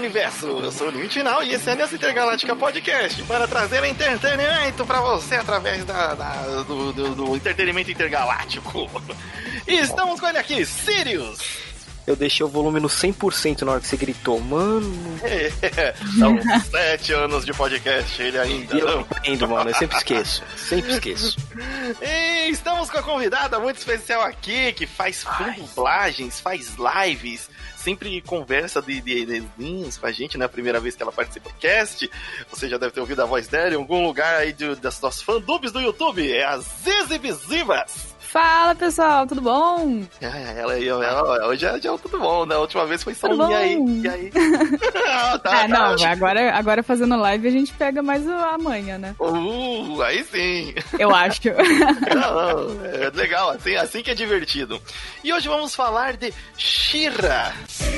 Universo! Eu sou o Limite Final e esse é a Aliança Intergaláctica Podcast para trazer entretenimento para você através do entretenimento intergaláctico. E estamos com ele aqui, Sirius! Eu deixei o volume no 100% na hora que você gritou, mano. São 7 anos de podcast, ele ainda. E eu aprendo, mano, eu sempre esqueço. E estamos com a convidada muito especial aqui, que faz dublagens, faz lives, sempre conversa de desenhos com a gente, né? A primeira vez que ela participa do podcast. Você já deve ter ouvido a voz dela em algum lugar aí das nossas fandubs do YouTube. É a Zizi Visivas. Fala, pessoal, tudo bom? Ela hoje é tudo bom, né? A última vez foi só tudo e aí? Agora fazendo live a gente pega mais a manha, né? Aí sim. Eu acho. Não, é legal, assim que é divertido. E hoje vamos falar de She-Ra.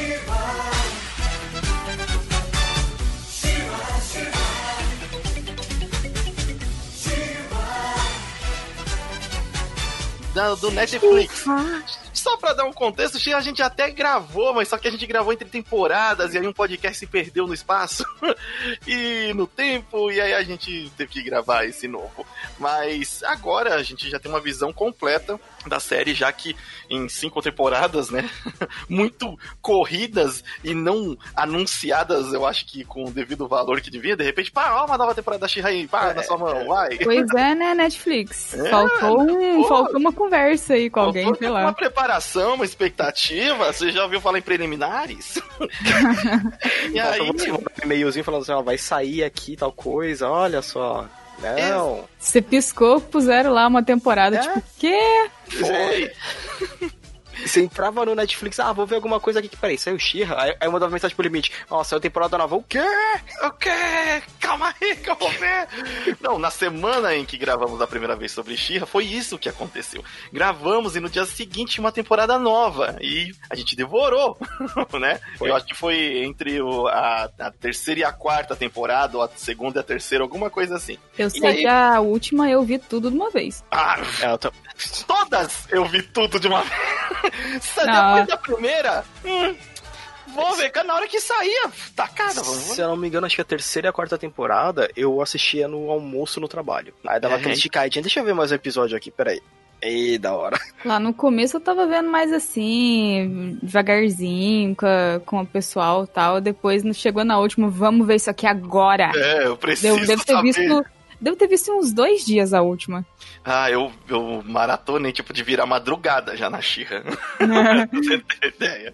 Do Netflix. Só pra dar um contexto, a gente até gravou, mas só que a gente gravou entre temporadas e aí um podcast se perdeu no espaço e no tempo, e aí a gente teve que gravar esse novo. Mas agora a gente já tem uma visão completa da série, já que em 5 temporadas, né, muito corridas e não anunciadas, eu acho que com o devido valor que devia, de repente, ó, uma nova temporada da She-Ra aí, na sua mão, vai. Pois é, né, Netflix? Faltou uma conversa aí com alguém, sei lá. Uma preparação, uma expectativa, você já ouviu falar em preliminares? E aí... um e-mailzinho falando assim, ó, vai sair aqui tal coisa, olha só... Não. Você piscou, puseram lá uma temporada, tipo, quê? Foi. Você entrava no Netflix, vou ver alguma coisa aqui que, peraí, saiu She-Ra? Aí eu mandava mensagem pro Limite, saiu temporada nova, o quê? Calma aí que eu vou ver. Não, na semana em que gravamos a primeira vez sobre She-Ra, foi isso que aconteceu. Gravamos e no dia seguinte uma temporada nova, e a gente devorou, né? Foi. Eu acho que foi entre a terceira e a quarta temporada, ou a segunda e a terceira, alguma coisa assim. Eu sei que a última eu vi tudo de uma vez. Todas eu vi tudo de uma vez. Depois da primeira, vou ver, na hora que saía, tacada. Se eu não me engano, acho que a terceira e a quarta temporada eu assistia no almoço no trabalho. Aí dava aquele esticadinha, deixa eu ver mais um episódio aqui, peraí. Ei, da hora. Lá no começo eu tava vendo mais assim, devagarzinho, com o pessoal e tal. Depois chegou na última, vamos ver isso aqui agora. Eu preciso saber. Devo ter visto uns 2 dias a última. Eu maratonei, tipo, de virar madrugada já na She-Ra. Pra você ter ideia.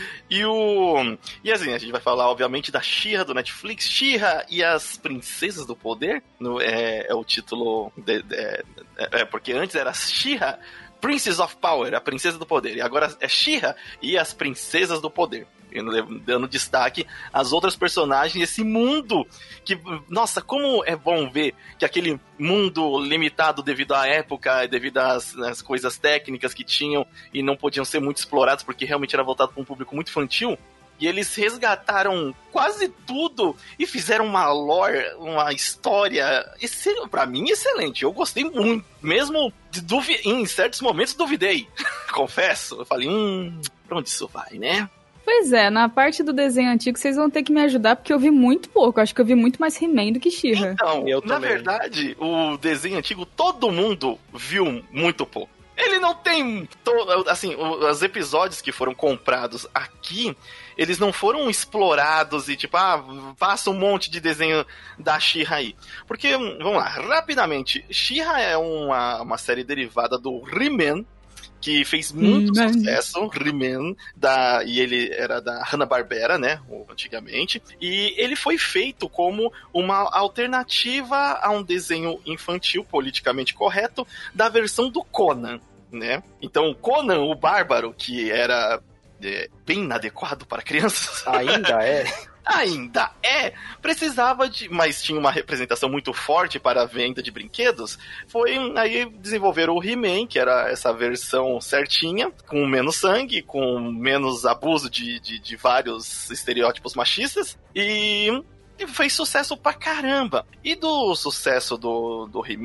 E assim, a gente vai falar, obviamente, da She-Ra do Netflix. She-Ra e as Princesas do Poder. É o título... porque antes era She-Ra, Princess of Power, a Princesa do Poder. E agora é She-Ra e as Princesas do Poder. Dando destaque às outras personagens, esse mundo que, nossa, como é bom ver que aquele mundo limitado devido à época, devido às coisas técnicas que tinham e não podiam ser muito explorados porque realmente era voltado para um público muito infantil, e eles resgataram quase tudo e fizeram uma lore, uma história, pra mim, excelente. Eu gostei muito, mesmo em certos momentos duvidei, confesso. Eu falei, pra onde isso vai, né? Pois é, na parte do desenho antigo vocês vão ter que me ajudar, porque eu vi muito pouco. Acho que eu vi muito mais He-Man do que She-Ra. Então, na verdade, o desenho antigo, todo mundo viu muito pouco. Ele não tem... Assim, os episódios que foram comprados aqui, eles não foram explorados e tipo, passa um monte de desenho da She-Ra aí. Porque, vamos lá, rapidamente, She-Ra é uma série derivada do He-Man, que fez muito sucesso, He-Man, e ele era da Hanna-Barbera, né, antigamente, e ele foi feito como uma alternativa a um desenho infantil politicamente correto da versão do Conan, né? Então, Conan, o Bárbaro, que era bem inadequado para crianças... Ainda precisava mas tinha uma representação muito forte para a venda de brinquedos. Aí desenvolveram o He-Man, que era essa versão certinha, com menos sangue, com menos abuso de vários estereótipos machistas, e fez sucesso pra caramba. E do sucesso do He-Man,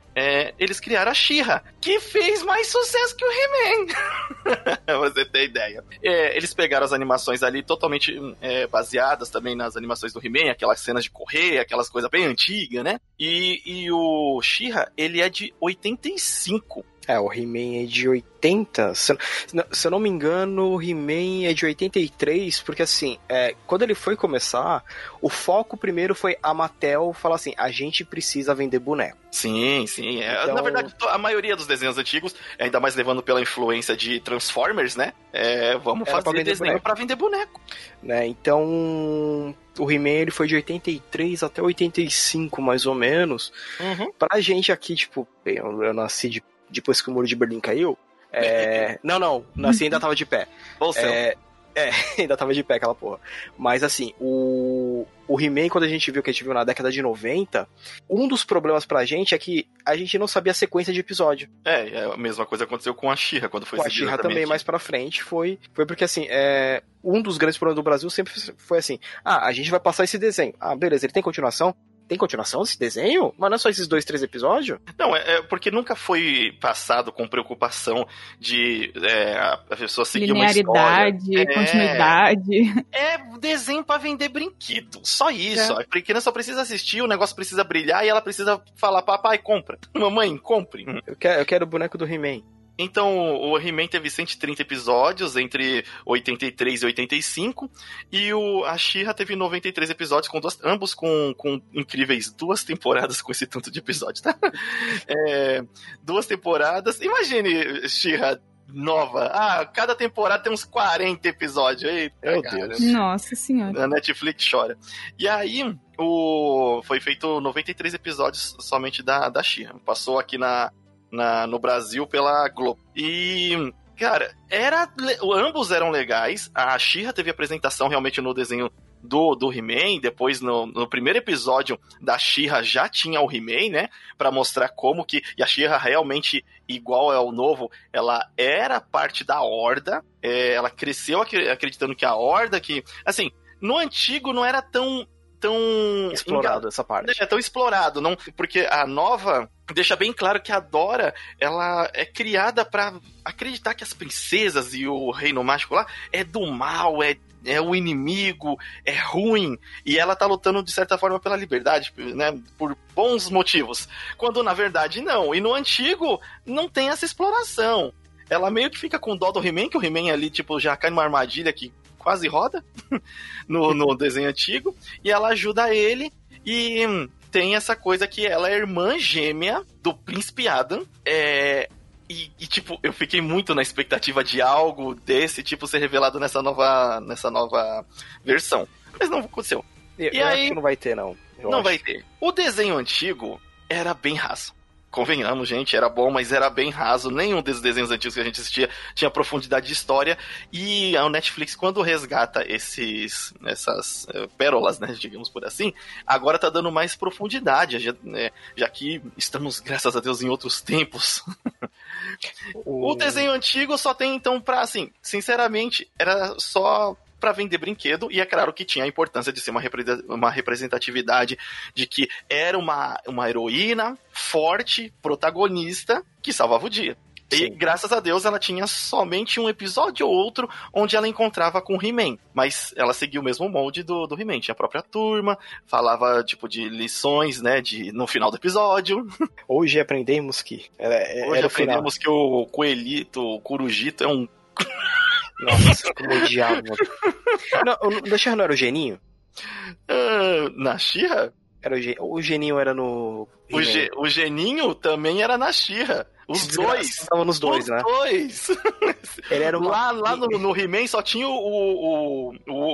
eles criaram a She-Ra, que fez mais sucesso que o He-Man. Pra você ter ideia. Eles pegaram as animações ali totalmente baseadas também nas animações do He-Man, aquelas cenas de correr, aquelas coisas bem antigas, né? E o She-Ra, ele é de 85. O He-Man é de 80. Se eu não me engano, o He-Man é de 83, porque assim, quando ele foi começar, o foco primeiro foi a Mattel falar assim, a gente precisa vender boneco. Sim. Então... Na verdade, a maioria dos desenhos antigos, ainda mais levando pela influência de Transformers, né? Vamos fazer desenho pra vender boneco. Né? Então... O He-Man, ele foi de 83 até 85, mais ou menos. Uhum. Pra gente aqui, tipo, eu nasci depois que o Muro de Berlim caiu. Não, nasci e ainda tava de pé. Ainda tava de pé aquela porra. Mas assim, o He-Man, quando a gente viu, que a gente viu na década de 90, um dos problemas pra gente é que a gente não sabia a sequência de episódio. A mesma coisa aconteceu com a She-Ra, quando foi exibida. Com a She-Ra também, mais pra frente, foi porque assim, um dos grandes problemas do Brasil sempre foi assim, a gente vai passar esse desenho. Beleza, ele tem continuação? Tem continuação desse desenho? Mas não é só esses 2, 3 episódios? Não, porque nunca foi passado com preocupação de a pessoa seguir uma história. Linearidade, continuidade. É desenho pra vender brinquedo. Só isso. A criança só precisa assistir, o negócio precisa brilhar e ela precisa falar, papai, compra. Mamãe, compre. Eu quero o boneco do He-Man. Então, o He-Man teve 130 episódios entre 83 e 85, e a She-Ra teve 93 episódios, ambos com incríveis 2 temporadas com esse tanto de episódios, tá? 2 temporadas. Imagine She-Ra nova. Cada temporada tem uns 40 episódios. Eita, meu Deus. Nossa senhora. A Netflix chora. E aí, foi feito 93 episódios somente da She-Ra. Passou aqui no Brasil pela Globo. E, cara, ambos eram legais. A She-Ra teve apresentação realmente no desenho do He-Man. Depois, no primeiro episódio da She-Ra, já tinha o He-Man, né? Pra mostrar como que... E a She-Ra realmente, igual ao novo, ela era parte da Horda. Ela cresceu acreditando que a Horda... Assim, no antigo não era tão explorado essa parte. Tão explorado, não, porque a nova deixa bem claro que a Dora, ela é criada pra acreditar que as princesas e o reino mágico lá é do mal, é o inimigo, é ruim, e ela tá lutando de certa forma pela liberdade, né, por bons motivos, quando na verdade não. E no antigo não tem essa exploração. Ela meio que fica com dó do He-Man, que o He-Man ali tipo já cai numa armadilha que quase roda no desenho antigo, e ela ajuda ele, e tem essa coisa que ela é irmã gêmea do Príncipe Adam, e tipo, eu fiquei muito na expectativa de algo desse tipo ser revelado nessa nova versão, mas não aconteceu. Eu acho que não vai ter, não. Não vai ter. O desenho antigo era bem raso. Convenhamos, gente, era bom, mas era bem raso. Nenhum desses desenhos antigos que a gente assistia tinha profundidade de história. E a Netflix, quando resgata essas pérolas, né, digamos por assim, agora tá dando mais profundidade, já que estamos, graças a Deus, em outros tempos. O desenho antigo só tem, então, sinceramente, era só para vender brinquedo, e é claro que tinha a importância de ser uma representatividade de que era uma heroína forte, protagonista, que salvava o dia. Sim. E graças a Deus ela tinha somente um episódio ou outro onde ela encontrava com o He-Man, mas ela seguia o mesmo molde do He-Man, tinha a própria turma, falava tipo de lições, né, no final do episódio. Hoje aprendemos que hoje aprendemos que o coelhito, o corujito é um... Nossa, como odiava. Da She-Ra não era o Geninho? Na She-Ra? O Geninho era no... O Geninho tambtambém era na She-Ra. Os dois. Estavam nos dois, né? Os dois. Ele era lá no He-Man só tinha o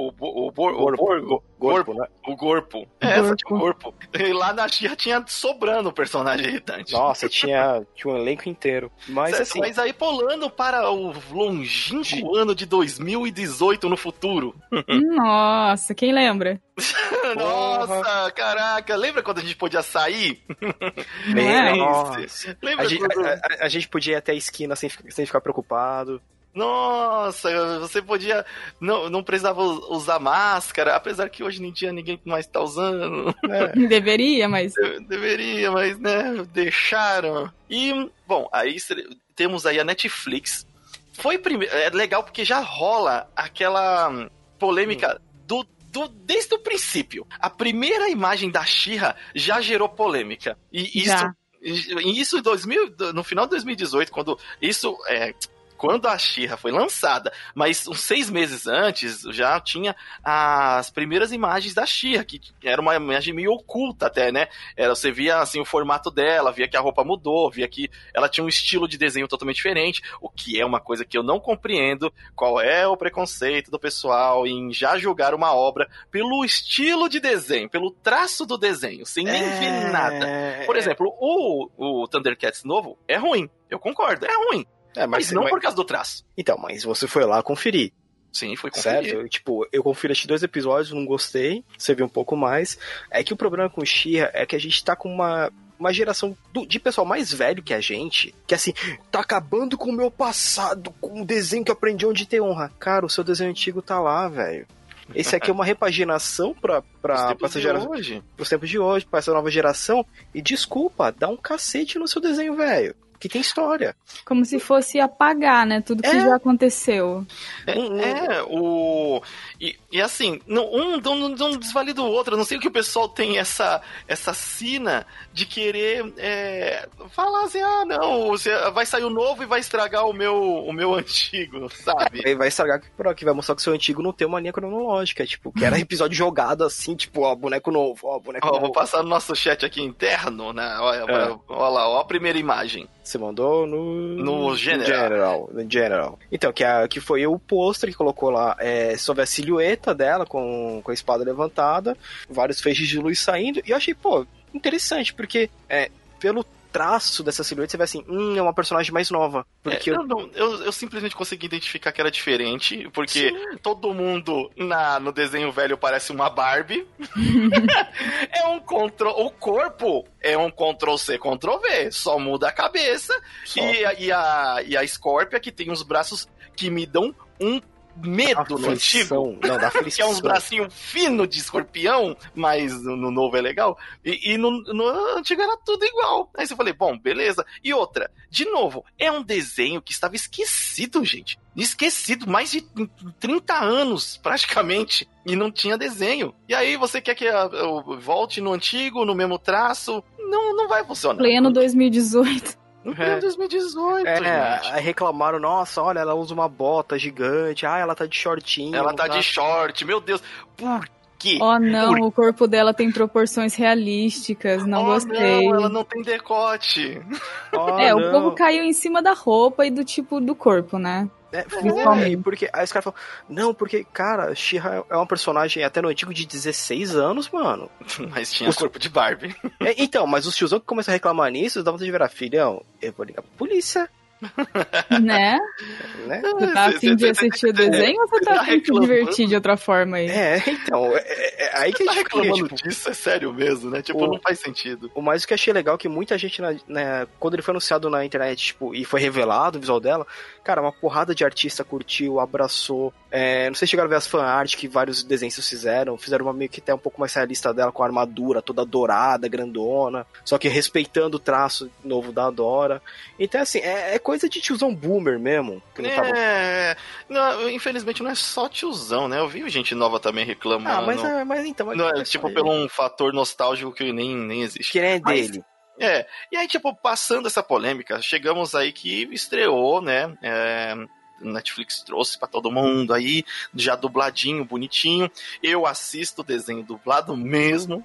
Gorpo, né? O Gorpo. Só tinha o Gorpo. E lá na She-Ra tinha sobrando o personagem irritante. Nossa, tinha um elenco inteiro. Mas aí pulando para o longínquo ano de 2018 no futuro. Nossa, quem lembra? Nossa, caraca. Lembra quando a gente podia sair? Lembra? A gente podia ir até a esquina sem ficar preocupado. Nossa, você podia... Não precisava usar máscara, apesar que hoje em dia ninguém mais tá usando. Deveria, mas... Deveria, mas, né, deixaram. E, bom, aí temos aí a Netflix. É legal porque já rola aquela polêmica desde o princípio. A primeira imagem da She-Ra já gerou polêmica. E isso no final de 2018, quando a She-Ra foi lançada, mas uns 6 meses antes já tinha as primeiras imagens da She-Ra, que era uma imagem meio oculta até, né? Você via assim o formato dela, via que a roupa mudou, via que ela tinha um estilo de desenho totalmente diferente, o que é uma coisa que eu não compreendo, qual é o preconceito do pessoal em já julgar uma obra pelo estilo de desenho, pelo traço do desenho, sem nem ver nada. Por exemplo, o Thundercats novo é ruim, eu concordo, é ruim. Mas não por causa do traço. Então, mas você foi lá conferir. Sim, foi conferir. Certo? Tipo, eu conferi esses 2 episódios, não gostei. Você viu um pouco mais. É que o problema com o She-Ra é que a gente tá com uma geração de pessoal mais velho que a gente, que assim, tá acabando com o meu passado, com o desenho que eu aprendi onde ter honra. Cara, o seu desenho antigo tá lá, velho. Esse aqui é uma repaginação pra essa geração. Os tempos de hoje, pra essa nova geração. E desculpa, dá um cacete no seu desenho, velho. Que tem história. Como se fosse apagar, né? Tudo que já aconteceu. E assim, não desvalida o outro. Eu não sei o que o pessoal tem essa sina de querer falar assim, não, vai sair o novo e vai estragar o meu antigo, sabe? Vai estragar que vai mostrar que o seu antigo não tem uma linha cronológica, tipo, que era episódio jogado assim, tipo, boneco novo, boneco novo. Vou passar no nosso chat aqui interno, né? Olha lá, ó a primeira imagem. Você mandou no General. Então, que foi o pôster que colocou lá sobre a silhueta dela com a espada levantada, vários feixes de luz saindo, e eu achei, interessante, porque pelo traço dessa silhueta você vê assim, é uma personagem mais nova. Porque eu simplesmente consegui identificar que era diferente, porque todo mundo no desenho velho parece uma Barbie. O corpo é um Ctrl-C, Ctrl-V, só muda a cabeça. E a Scorpia, que tem uns braços que me dão um medo no antigo. Não, dá aflição. Que é uns bracinhos finos de escorpião, mas no novo é legal. E no antigo era tudo igual. Aí eu falei, bom, beleza. E outra, de novo, é um desenho que estava esquecido, gente. Esquecido, mais de 30 anos, praticamente. E não tinha desenho. E aí você quer que eu volte no antigo, no mesmo traço? Não vai funcionar. Pleno 2018. Em 2018, gente. Aí reclamaram, nossa, olha, ela usa uma bota gigante, ela tá de shortinho. Ela tá de short, meu Deus, por quê? Oh, não, o corpo dela tem proporções realísticas, não gostei. Não, ela não tem decote. O povo caiu em cima da roupa e do tipo do corpo, né? Porque aí os caras falam, não, porque, cara, She-Ra é uma personagem até no antigo de 16 anos, mano. Mas tinha corpo de Barbie. Então, mas os tiozão que começam a reclamar nisso, dá vontade de virar, filhão, eu vou ligar pra polícia. Né? Você tá afim de assistir o desenho ou você tá afim de se divertir de outra forma aí? Então, aí que a gente reclamando disso, é sério mesmo, né? Tipo, não faz sentido. O mais que eu achei legal é que muita gente, quando ele foi anunciado na internet, tipo, e foi revelado o visual dela, cara, uma porrada de artista curtiu, abraçou. Não sei se chegaram a ver as fanart que vários desenhos fizeram uma meio que até um pouco mais realista dela, com a armadura toda dourada, grandona, só que respeitando o traço novo da Dora. Então, assim, é coisa de tiozão boomer mesmo. Que não, infelizmente não é só tiozão, né? Eu vi gente nova também reclamando. Mas então... tipo, pelo um fator nostálgico que nem existe. Que nem dele. E aí, tipo, passando essa polêmica, chegamos aí que estreou, né? Netflix trouxe pra todo mundo aí, já dubladinho, bonitinho. Eu assisto o desenho dublado mesmo.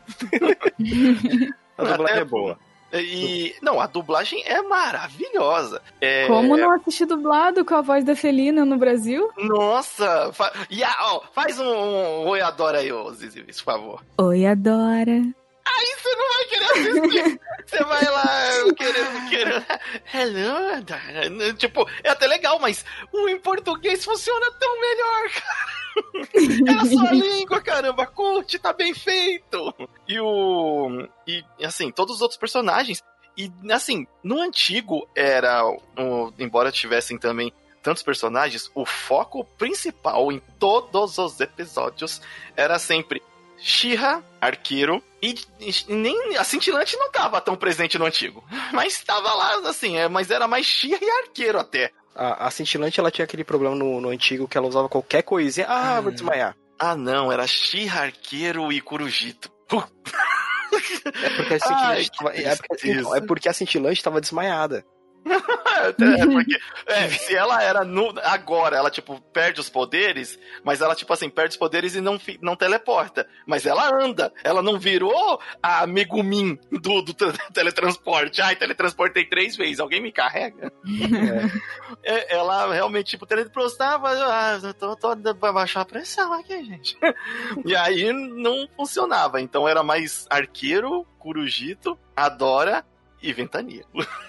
A dublagem é boa. A dublagem é maravilhosa. Como não assistir dublado com a voz da Felina no Brasil? Nossa! Faz um Oi Adora aí, Zizi, por favor. Oi Adora. Aí você não vai querer assistir. Você vai lá querendo. Hello, Adora. Tipo, é até legal, mas em português funciona tão melhor, cara. É a sua língua, caramba, curte, tá bem feito. E assim, todos os outros personagens. E assim, no antigo embora tivessem também tantos personagens, o foco principal em todos os episódios era sempre She-Ra, arqueiro, e nem a Cintilante não tava tão presente no antigo, mas tava lá, assim, mas era mais She-Ra e arqueiro até. A Cintilante, ela tinha aquele problema no antigo, que ela usava qualquer coisinha, vou desmaiar. Ah, não, era She-Ra, arqueiro e Corujito. É porque a Cintilante é porque a Cintilante tava desmaiada. Porque, se ela era agora, ela tipo perde os poderes, mas ela tipo assim, perde os poderes e não teleporta, mas ela anda, ela não virou a Megumin do teletransporte. Ai, teletransportei 3 vezes, alguém me carrega? Ela realmente tipo teletransportava, tô pra baixar a pressão aqui, gente. E aí não funcionava, então era mais arqueiro, Corujito, Adora e Ventania.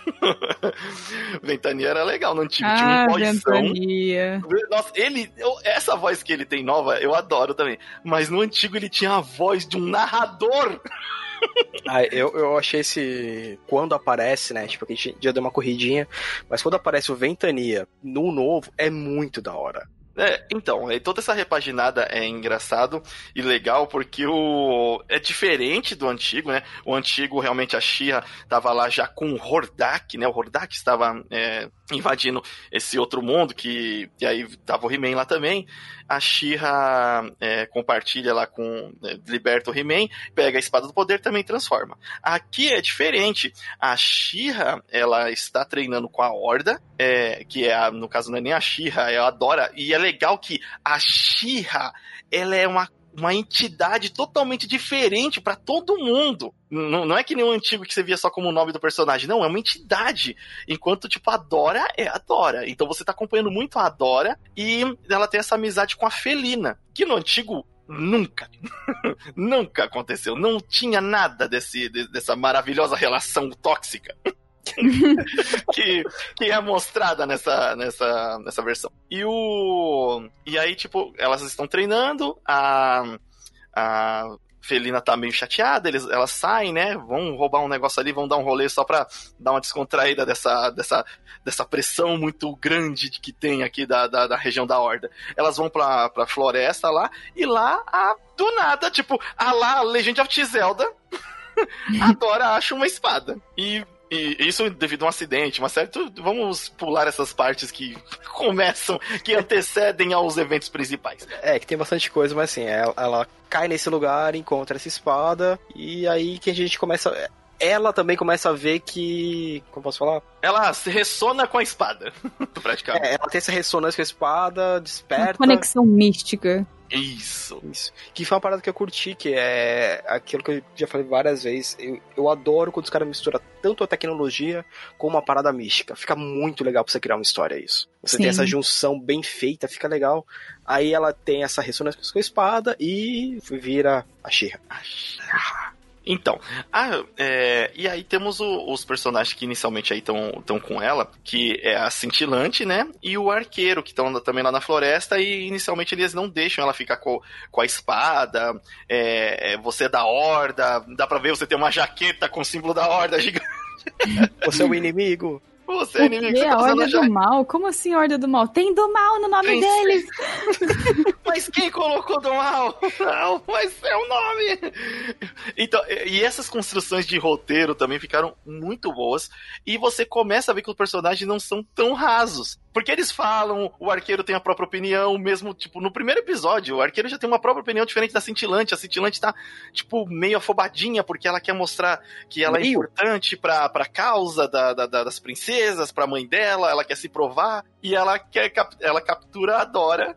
Ventania era legal, no antigo tinha um vozão. Ventania. Nossa, essa voz que ele tem nova, eu adoro também. Mas no antigo ele tinha a voz de um narrador. Eu achei esse... Quando aparece, né? Tipo, a gente já deu uma corridinha. Mas quando aparece o Ventania no novo, é muito da hora. Então, toda essa repaginada é engraçado e legal porque é diferente do antigo, né? O antigo, realmente, a She-Ra tava lá já com o Hordak, né? O Hordak estava invadindo esse outro mundo, que aí tava o He-Man lá também. A She-Ra compartilha lá liberta o He-Man, pega a Espada do Poder, também transforma. Aqui é diferente. A She-Ra, ela está treinando com a Horda, que no caso não é nem a She-Ra, é a Adora, e é legal que a She-Ra, ela é uma entidade totalmente diferente pra todo mundo. Não é que nem o antigo que você via só como o nome do personagem. Não, é uma entidade. Enquanto, tipo, a Dora é a Dora. Então você tá acompanhando muito a Dora e ela tem essa amizade com a Felina, que no antigo nunca aconteceu. Não tinha nada dessa maravilhosa relação tóxica. que é mostrada nessa versão. E aí, tipo, elas estão treinando, a Felina tá meio chateada, elas saem, né? Vão roubar um negócio ali, vão dar um rolê só pra dar uma descontraída dessa pressão muito grande que tem aqui da região da Horda. Elas vão pra floresta lá, e lá, do nada, tipo, a Legend of Zelda, a Dora acha uma espada. E isso devido a um acidente, mas certo, vamos pular essas partes que que antecedem aos eventos principais. Que tem bastante coisa, mas assim, ela cai nesse lugar, encontra essa espada, e aí que a gente começa... Ela também começa a ver que... Como posso falar? Ela se ressona com a espada, praticamente. Ela tem essa ressonância com a espada, desperta... Uma conexão mística. Isso. Que foi uma parada que eu curti, que é aquilo que eu já falei várias vezes. Eu adoro quando os caras misturam tanto a tecnologia como uma parada mística. Fica muito legal pra você criar uma história, isso. Você tem essa junção bem feita, fica legal. Aí ela tem essa ressonância com a espada e vira a She-Ra. Então, e aí temos os personagens que inicialmente aí estão com ela, que é a Cintilante, né, e o Arqueiro, que estão também lá na floresta, e inicialmente eles não deixam ela ficar com a espada, você é da Horda, dá pra ver, você tem uma jaqueta com o símbolo da Horda gigante. Você é o inimigo. Você é inimigo, você tá Horda do Mal? Como assim Horda do Mal? Tem do Mal no nome deles! Mas quem colocou do Mal? Não, mas é o nome! Então, e essas construções de roteiro também ficaram muito boas, e você começa a ver que os personagens não são tão rasos. Porque eles falam, o Arqueiro tem a própria opinião, mesmo, tipo, no primeiro episódio, o Arqueiro já tem uma própria opinião diferente da Cintilante. A Cintilante tá, tipo, meio afobadinha, porque ela quer mostrar que ela é importante pra causa das princesas, pra mãe dela, ela quer se provar, e ela captura a Dora.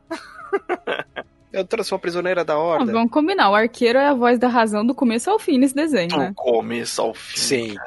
Eu trouxe uma prisioneira da Horda. Vamos combinar, o Arqueiro é a voz da razão do começo ao fim nesse desenho, né? Do começo ao fim. Sim.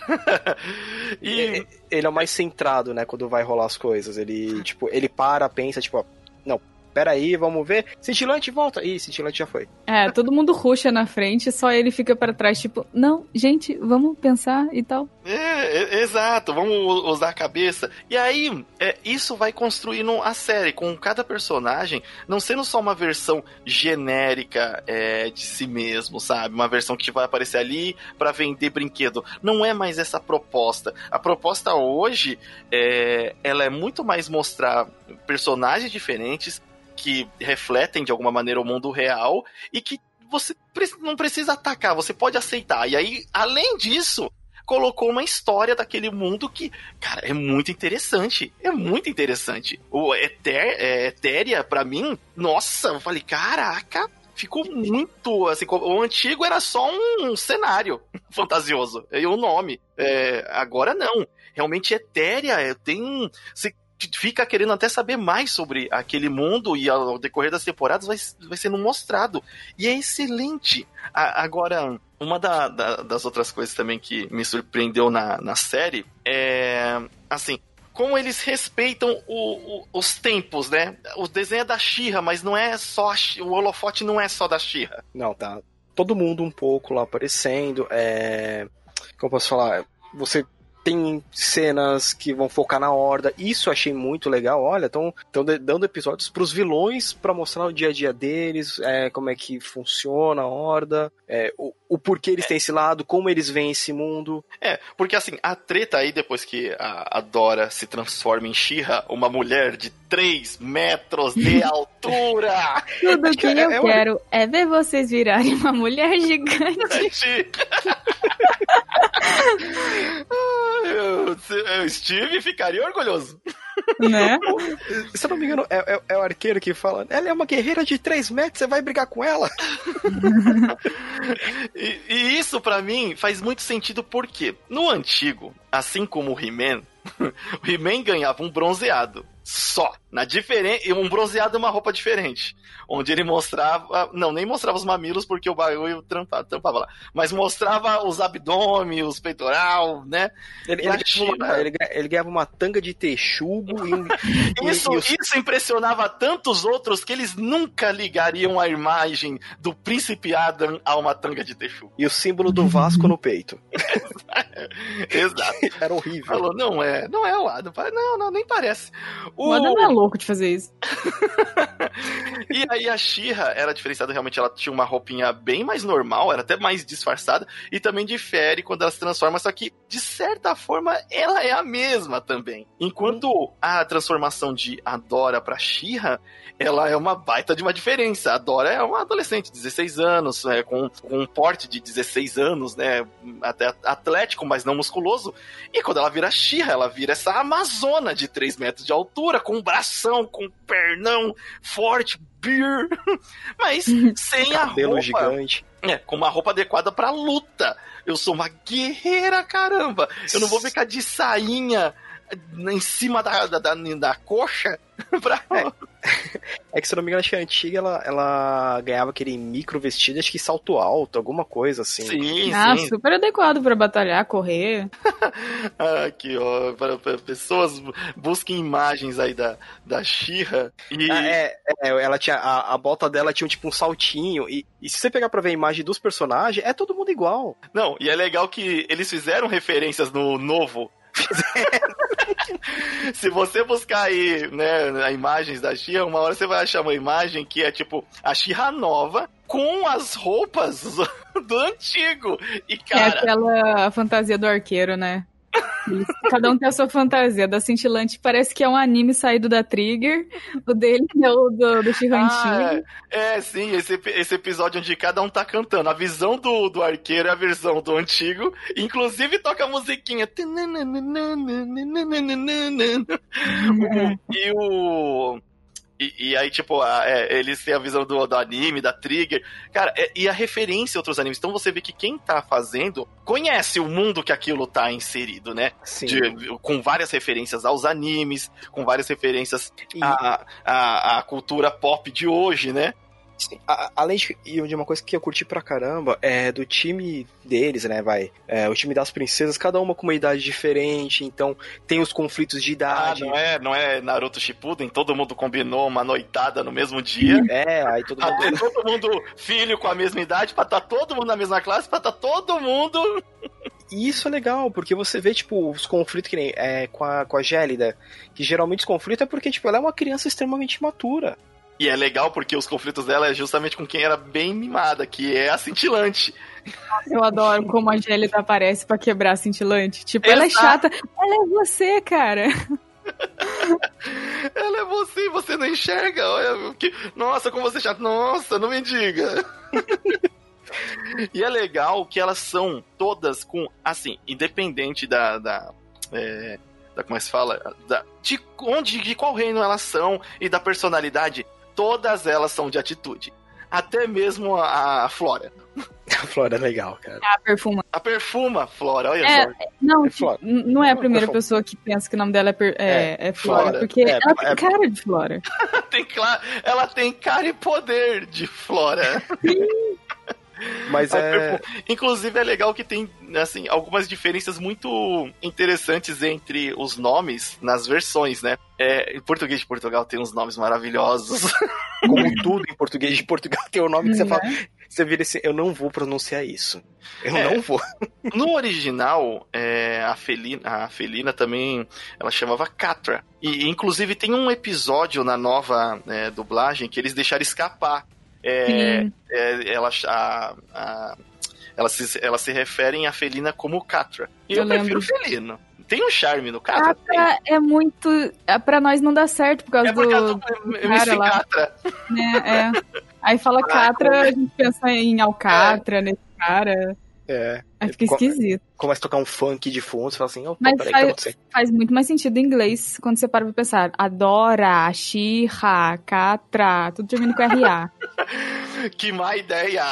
E ele é o mais centrado, né, quando vai rolar as coisas. Ele, tipo, ele pensa, tipo, não, peraí, vamos ver. Cintilante, volta. Ih, Cintilante já foi. Todo mundo ruxa na frente, só ele fica pra trás, tipo, não, gente, vamos pensar e tal. Exato, vamos usar a cabeça. E aí, isso vai construindo a série, com cada personagem não sendo só uma versão genérica de si mesmo, sabe? Uma versão que vai aparecer ali pra vender brinquedo. Não é mais essa proposta. A proposta hoje, ela é muito mais mostrar personagens diferentes que refletem de alguma maneira o mundo real e que você não precisa atacar, você pode aceitar. E aí, além disso, colocou uma história daquele mundo que, cara, é muito interessante. É muito interessante. O Etéria, pra mim, nossa, eu falei, caraca, ficou muito, assim, o antigo era só um cenário fantasioso, e o nome. Agora não. Realmente Etéria você fica querendo até saber mais sobre aquele mundo e ao decorrer das temporadas vai sendo mostrado. E é excelente. Agora, uma das outras coisas também que me surpreendeu na série é, assim, como eles respeitam os tempos, né? O desenho é da She-Ra, mas não é só o holofote não é só da She-Ra. Não, tá todo mundo um pouco lá aparecendo. Como eu posso falar? Você tem cenas que vão focar na Horda. Isso eu achei muito legal. Olha, estão dando episódios pros vilões pra mostrar o dia a dia deles, como é que funciona a Horda, o porquê eles têm esse lado, como eles veem esse mundo. Porque assim, a treta aí, depois que a Dora se transforma em She-Ra, uma mulher de 3 metros de altura. Tudo que eu quero é ver vocês virarem uma mulher gigante. O Steve ficaria orgulhoso. Né? Se eu não me engano, é o arqueiro que fala, ela é uma guerreira de 3 metros, você vai brigar com ela? E isso pra mim faz muito sentido porque no antigo, assim como o He-Man, o He-Man ganhava um bronzeado só. Um bronzeado e uma roupa diferente. Onde ele mostrava. Não, nem mostrava os mamilos porque o bagulho trampava lá. Mas mostrava os abdômen, os peitoral, né? Ele ganhava uma tanga de texugo e Isso impressionava tantos outros que eles nunca ligariam a imagem do Príncipe Adam a uma tanga de texugo. E o símbolo do Vasco no peito. Exato. Era horrível. Falou, não é o Adam. Não, nem parece. O Adam não é louco de fazer isso. E aí a She-Ra era diferenciada, realmente ela tinha uma roupinha bem mais normal, era até mais disfarçada, e também difere quando ela se transforma, só que de certa forma ela é a mesma também. Enquanto a transformação de Adora pra She-Ra, ela é uma baita de uma diferença. A Dora é uma adolescente, 16 anos, com um porte de 16 anos, né, até atlético, mas não musculoso. E quando ela vira She-Ra, ela vira essa amazona de 3 metros de altura, com um bração, com um pernão forte, beer, mas sem a cabelo roupa gigante. Com uma roupa adequada pra luta. Eu sou uma guerreira, caramba. Eu não vou ficar de sainha em cima da coxa pra... que se eu não me engano, acho que a antiga ela ganhava aquele micro vestido, acho que salto alto, alguma coisa assim. Sim. Super adequado pra batalhar, correr. Aqui, ó, para pessoas busquem imagens aí da She-Ra. Ela tinha, a bota dela tinha tipo um saltinho, e se você pegar pra ver a imagem dos personagens, é todo mundo igual. Não, e é legal que eles fizeram referências no novo. Se você buscar aí, né, imagens da She-Ra, uma hora você vai achar uma imagem que é tipo a She-Ra nova com as roupas do antigo. E, cara... É aquela fantasia do arqueiro, né? Cada um tem a sua fantasia. Da Cintilante parece que é um anime saído da Trigger. O dele é o do She-Ra antigo. Sim, esse episódio onde cada um tá cantando. A visão do arqueiro é a visão do antigo. Inclusive toca a musiquinha. E aí, tipo, eles têm a visão do anime, da Trigger. Cara, e a referência a outros animes. Então você vê que quem tá fazendo conhece o mundo que aquilo tá inserido, né? Sim. Com várias referências aos animes, com várias referências à cultura pop de hoje, né? Além de uma coisa que eu curti pra caramba, do time deles, né, o time das princesas, cada uma com uma idade diferente, então tem os conflitos de idade. Não é Naruto Shippuden, todo mundo combinou uma noitada no mesmo dia. Aí todo mundo... Ter todo mundo filho com a mesma idade, pra estar todo mundo na mesma classe, pra estar todo mundo... E isso é legal, porque você vê, tipo, os conflitos que nem com a Gélida, que geralmente os conflitos é porque, tipo, ela é uma criança extremamente imatura. E é legal porque os conflitos dela é justamente com quem era bem mimada, que é a Cintilante. Eu adoro como a Gélida aparece pra quebrar a Cintilante. Tipo, ela é chata. Ela é você, cara. Ela é você, você não enxerga. Olha, nossa, como você é chata. Nossa, não me diga. E é legal que elas são todas com, assim, independente como é que se fala? De qual reino elas são e da personalidade, todas elas são de atitude. Até mesmo a Flora. A Flora é legal, cara. A perfuma Flora, olha só. Não, Flora. Não é a primeira pessoa que pensa que o nome dela é Flora, porque ela tem cara de Flora. Ela tem cara e poder de Flora. Mas inclusive é legal que tem, assim, algumas diferenças muito interessantes entre os nomes nas versões, né? Em português de Portugal tem uns nomes maravilhosos. Como tudo em português de Portugal tem um nome que você fala... Você vira assim, eu não vou pronunciar isso. Eu não vou. No original, a Felina também, ela chamava Catra. E inclusive tem um episódio na nova dublagem que eles deixaram escapar. Elas se referem a Felina como Catra. E eu prefiro Felino. Tem um charme no Catra. Catra é muito... Pra nós não dá certo por causa do MC Catra. Aí fala Catra, a gente pensa em Alcatra, nesse cara. Aí fica esquisito. Começa a tocar um funk de fundo, você fala assim, mas faz muito mais sentido em inglês quando você para pra pensar. Adora, Xirra, Catra, tudo termina com R.A. Que má ideia!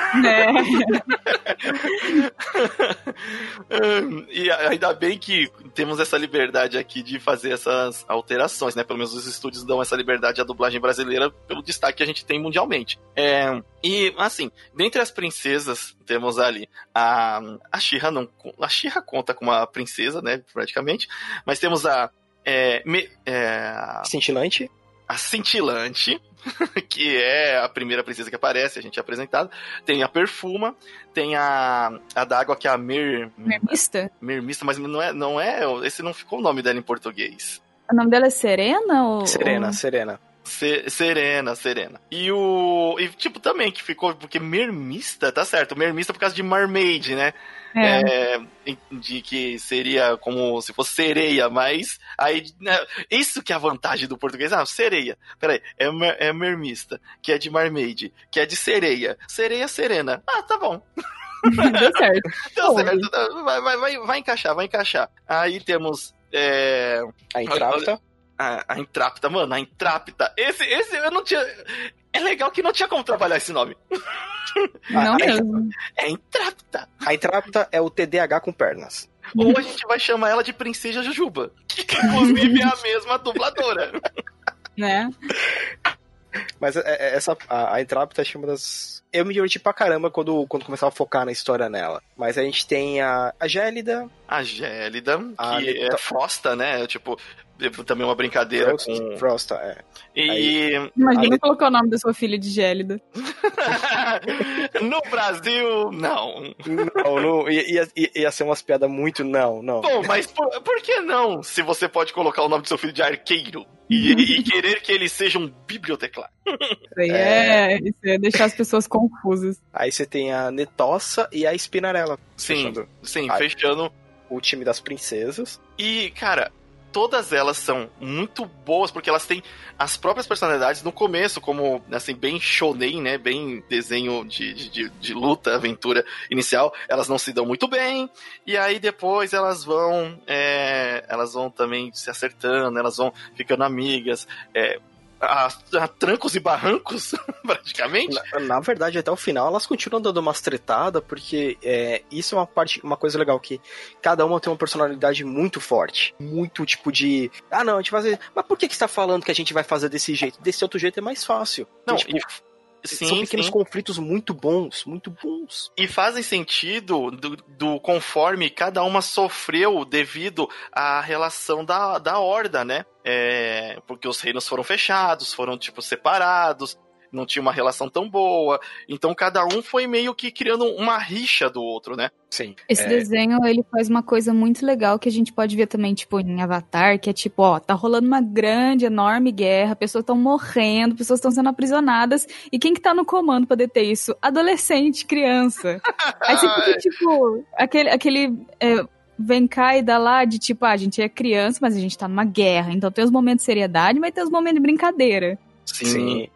E ainda bem que temos essa liberdade aqui de fazer essas alterações, né? Pelo menos os estúdios dão essa liberdade à dublagem brasileira pelo destaque que a gente tem mundialmente. E, assim, dentre as princesas, temos ali a Xirra. A Xirra conta com uma princesa, né? Praticamente. Mas temos a Cintilante. A Cintilante, que é a primeira princesa que aparece, a gente é apresentado. Tem a Perfuma, tem a d'água, que é a Mermista? Mermista, mas não é. Esse não ficou o nome dela em português. O nome dela é Serena? Serena. Serena. E tipo, também que ficou, porque Mermista, tá certo, Mermista por causa de Mermaid, né? De que seria como se fosse sereia, mas aí, né, isso que é a vantagem do português. Sereia, peraí, é Mermista, que é de Mermaid, que é de sereia, Serena, tá bom. Deu certo. Vai encaixar. Aí temos a Intrápida. A Intrápida, mano, a Intrápida. Esse eu não tinha... É legal que não tinha como trabalhar esse nome. Não mesmo. É Intrápida. A Intrápida é o TDAH com pernas. Ou a gente vai chamar ela de Princesa Jujuba, que inclusive é a mesma dubladora. Né? Mas a Intrápida é uma das... Eu me diverti pra caramba quando começava a focar na história nela. Mas a gente tem a Gélida. A Gélida, que é Frosta, né? Tipo... Também uma brincadeira com... Frosta, Imagina colocar o nome da sua filha de Gélida. No Brasil, não. Não, ia ser umas piadas muito não. Bom, mas por que não? Se você pode colocar o nome do seu filho de Arqueiro e querer que ele seja um bibliotecário. Isso ia deixar as pessoas confusas. Aí você tem a Netossa e a Spinarella. Sim, fechando o time das princesas. E, cara... Todas elas são muito boas, porque elas têm as próprias personalidades no começo, como, assim, bem shonen, né? Bem desenho de luta, aventura inicial. Elas não se dão muito bem, e aí depois elas vão também se acertando, elas vão ficando amigas, a trancos e barrancos, praticamente. Na verdade, até o final, elas continuam dando umas tretadas, porque isso é uma coisa legal, que cada uma tem uma personalidade muito forte. Muito tipo de... não, a gente vai fazer... Mas por que você tá falando que a gente vai fazer desse jeito? Desse outro jeito é mais fácil. Não, então, são pequenos conflitos muito bons. E fazem sentido do conforme cada uma sofreu devido à relação da Horda, né? Porque os reinos foram fechados, foram, tipo, separados. não tinha uma relação tão boa. Então cada um foi meio que criando uma rixa do outro, né? Sim. Esse desenho, ele faz uma coisa muito legal que a gente pode ver também, tipo, em Avatar, que é tipo, ó, tá rolando uma grande, enorme guerra, pessoas estão morrendo, pessoas estão sendo aprisionadas, e quem que tá no comando pra deter isso? Adolescente, criança. Aí você fica, tipo, aquele vem cá e dá lá de tipo, a gente é criança, mas a gente tá numa guerra, então tem os momentos de seriedade, mas tem os momentos de brincadeira. Sim.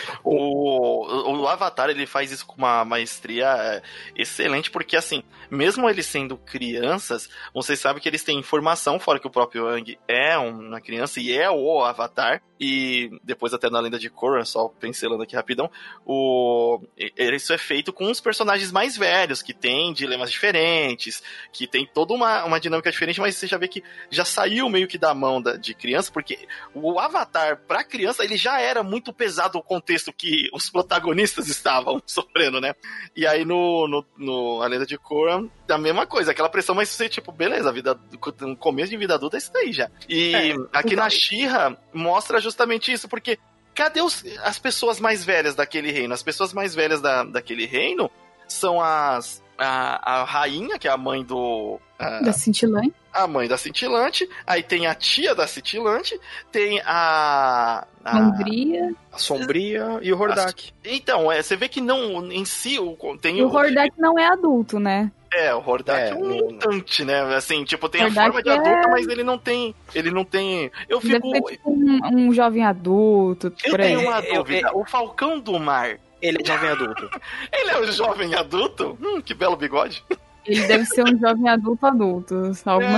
O Avatar, ele faz isso com uma maestria excelente, porque assim, mesmo eles sendo crianças, vocês sabem que eles têm informação, fora que o próprio Aang é uma criança e é o Avatar, e depois até na Lenda de Korra, só pincelando aqui rapidão, isso é feito com os personagens mais velhos, que tem dilemas diferentes, que tem toda uma dinâmica diferente, mas você já vê que já saiu meio que da mão de criança, porque o Avatar pra criança, ele já era muito pesado o contexto que os protagonistas estavam sofrendo, né? E aí A Lenda de Korra, a mesma coisa, aquela pressão, mas você, tipo, beleza, no começo de vida adulta é isso daí já. E aqui na She-Ra mostra justamente isso, porque cadê as pessoas mais velhas daquele reino? As pessoas mais velhas daquele reino são a rainha, que é a mãe da Cintilante. A mãe da Cintilante, aí tem a tia da Cintilante, tem a Sombria e o Hordak. Então, você vê que não, em si, tem o Hordak não é adulto, né? O Hordak é um mutante, né? Assim, tipo, tem a forma de adulto, mas ele não tem... Eu fico... Deve ser tipo um jovem adulto, por aí. Eu tenho uma dúvida. O Falcão do Mar... Ele é jovem adulto. Ele é um jovem adulto? Que belo bigode. Ele deve ser um jovem adulto.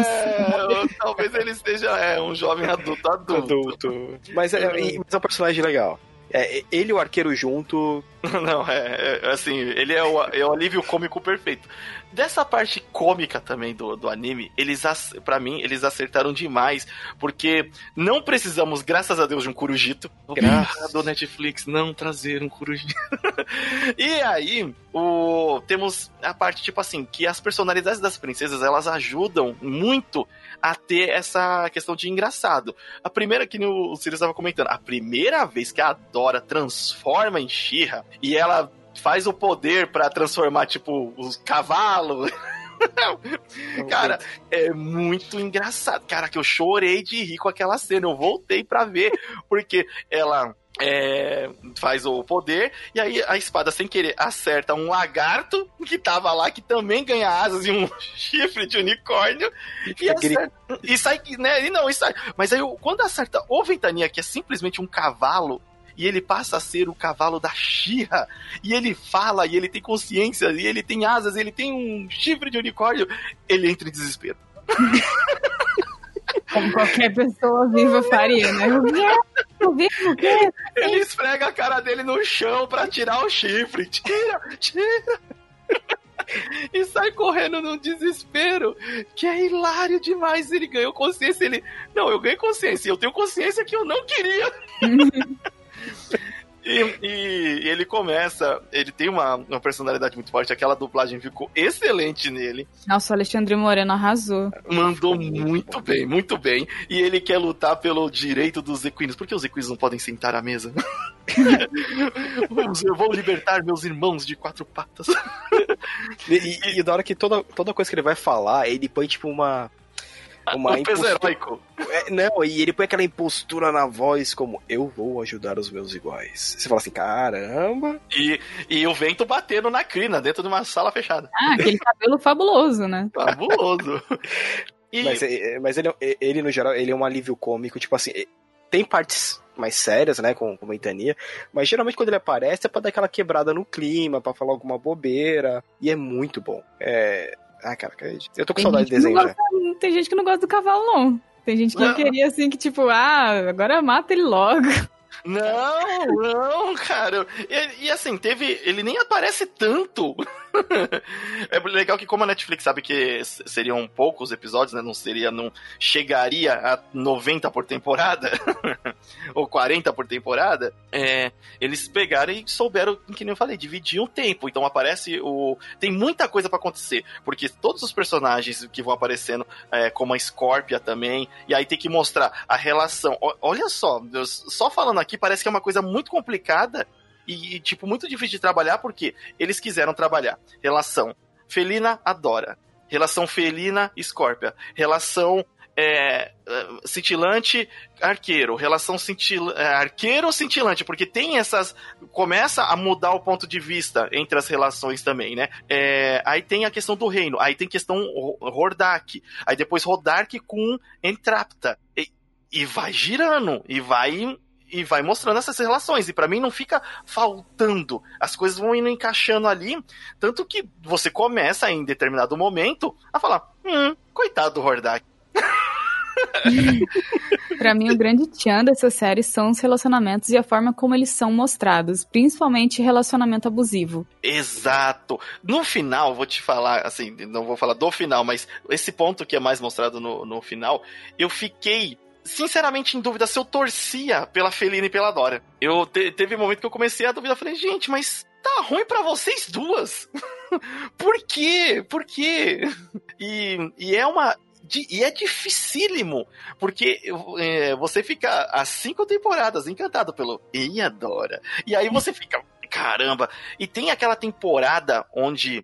Talvez ele esteja um jovem adulto. Mas é um personagem legal. Ele e o arqueiro junto. Não, assim, ele é o alívio cômico perfeito. Dessa parte cômica também do anime, pra mim, eles acertaram demais, porque não precisamos, graças a Deus, de um Kurujito. Obrigado, Netflix, não trazer um Kurujito. E aí, temos a parte, tipo assim, que as personalidades das princesas, elas ajudam muito a ter essa questão de engraçado. A primeira, que o Sirius estava comentando, a primeira vez que a Dora transforma em She-Ra, e ela faz o poder pra transformar, tipo, os cavalos. Cara, é muito engraçado. Cara, que eu chorei de rir com aquela cena. Eu voltei pra ver, porque ela faz o poder, e aí a espada, sem querer, acerta um lagarto que tava lá, que também ganha asas e um chifre de unicórnio, e sai, né? E sai. Mas aí, quando acerta o Ventania, que é simplesmente um cavalo, e ele passa a ser o cavalo da She-Ra, e ele fala, e ele tem consciência, e ele tem asas, e ele tem um chifre de unicórnio, ele entra em desespero. Como qualquer pessoa viva faria, né? O quê? Ele esfrega a cara dele no chão pra tirar o chifre. Tira! E sai correndo num desespero, que é hilário demais. Ele ganhou consciência, não, eu ganhei consciência, eu tenho consciência que eu não queria. E ele começa, ele tem uma personalidade muito forte, aquela dublagem ficou excelente nele. Nossa, o Alexandre Moreno arrasou. Mandou muito bem, muito bem. E ele quer lutar pelo direito dos equinos. Por que os equinos não podem sentar à mesa? Eu vou libertar meus irmãos de 4 patas. E da hora que toda coisa que ele vai falar, ele põe tipo um peso heróico. Não, e ele põe aquela impostura na voz como, eu vou ajudar os meus iguais. Você fala assim, caramba. E o vento batendo na crina, dentro de uma sala fechada. Aquele cabelo fabuloso, né? Fabuloso. Mas ele, no geral, ele é um alívio cômico, tipo assim, tem partes mais sérias, né, com Ventania, mas geralmente quando ele aparece é pra dar aquela quebrada no clima, pra falar alguma bobeira, e é muito bom. Cara, eu tô com saudade de desenho já. Tem gente que não gosta do cavalo, não. Tem gente que queria, assim, que tipo, agora mata ele logo. Não, cara. E assim, ele nem aparece tanto. É legal que, como a Netflix sabe que seriam poucos episódios, né? Não chegaria a 90 por temporada ou 40 por temporada, eles pegaram e souberam, que nem eu falei, dividir o tempo. Então aparece tem muita coisa pra acontecer, porque todos os personagens que vão aparecendo, como a Scorpia também, e aí tem que mostrar a relação. Olha só falando aqui, parece que é uma coisa muito complicada, e, tipo, muito difícil de trabalhar, porque eles quiseram trabalhar relação felina Adora, relação felina Scorpia, relação cintilante arqueiro, relação arqueiro cintilante, porque tem essas, começa a mudar o ponto de vista entre as relações também, né? Aí tem a questão do reino, aí tem questão Hordak, aí depois Rodark com Entrapta, e vai girando, e vai mostrando essas relações, e pra mim não fica faltando, as coisas vão indo encaixando ali, tanto que você começa em determinado momento a falar, coitado do Hordak. Pra mim, o grande tchan dessa série são os relacionamentos e a forma como eles são mostrados, principalmente relacionamento abusivo. Exato. No final, vou te falar, assim, não vou falar do final, mas esse ponto que é mais mostrado no final, eu fiquei sinceramente em dúvida se eu torcia pela Felina e pela Dora. Teve um momento que eu comecei a duvidar, falei, gente, mas tá ruim pra vocês duas. Por quê? Por quê? E é dificílimo, porque você fica há 5 temporadas encantado pelo e Adora. E aí você fica, caramba. E tem aquela temporada onde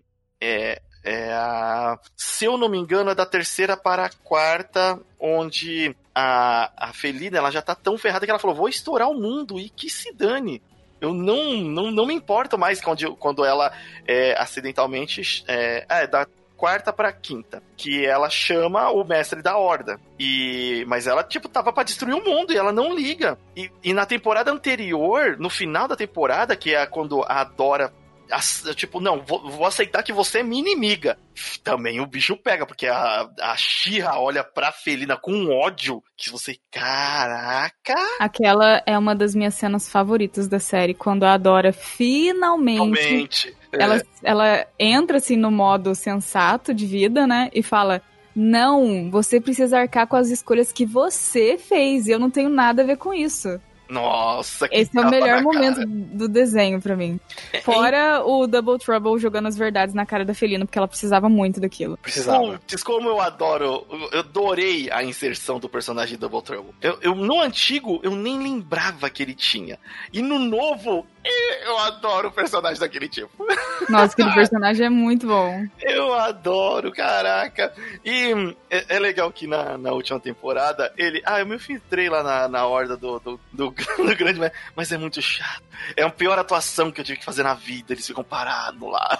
se eu não me engano, é da 3ª para a 4ª, onde a Felina, ela já tá tão ferrada que ela falou, vou estourar o mundo e que se dane. Eu não me importo mais quando ela acidentalmente da 4ª pra 5ª, que ela chama o mestre da Horda. Mas ela, tipo, tava pra destruir o mundo e ela não liga. E na temporada anterior, no final da temporada, que é quando a Dora, tipo, não, vou aceitar que você é minha inimiga. Também o bicho pega, porque a She-Ra olha pra Felina com ódio, que você, caraca! Aquela é uma das minhas cenas favoritas da série, quando a Dora finalmente ela entra assim no modo sensato de vida, né, e fala, não, você precisa arcar com as escolhas que você fez, e eu não tenho nada a ver com isso. Nossa, que esse é o melhor momento do desenho pra mim. Fora o Double Trouble jogando as verdades na cara da Felina, porque ela precisava muito daquilo. Precisava. Putz, como eu adorei a inserção do personagem Double Trouble. No antigo, eu nem lembrava que ele tinha. E no novo, eu adoro o personagem daquele tipo. Nossa, aquele personagem é muito bom. Eu adoro, caraca. E é legal que na última temporada, eu me infiltrei lá na horda do grande, mas é muito chato. É a pior atuação que eu tive que fazer na vida. Eles ficam parados lá.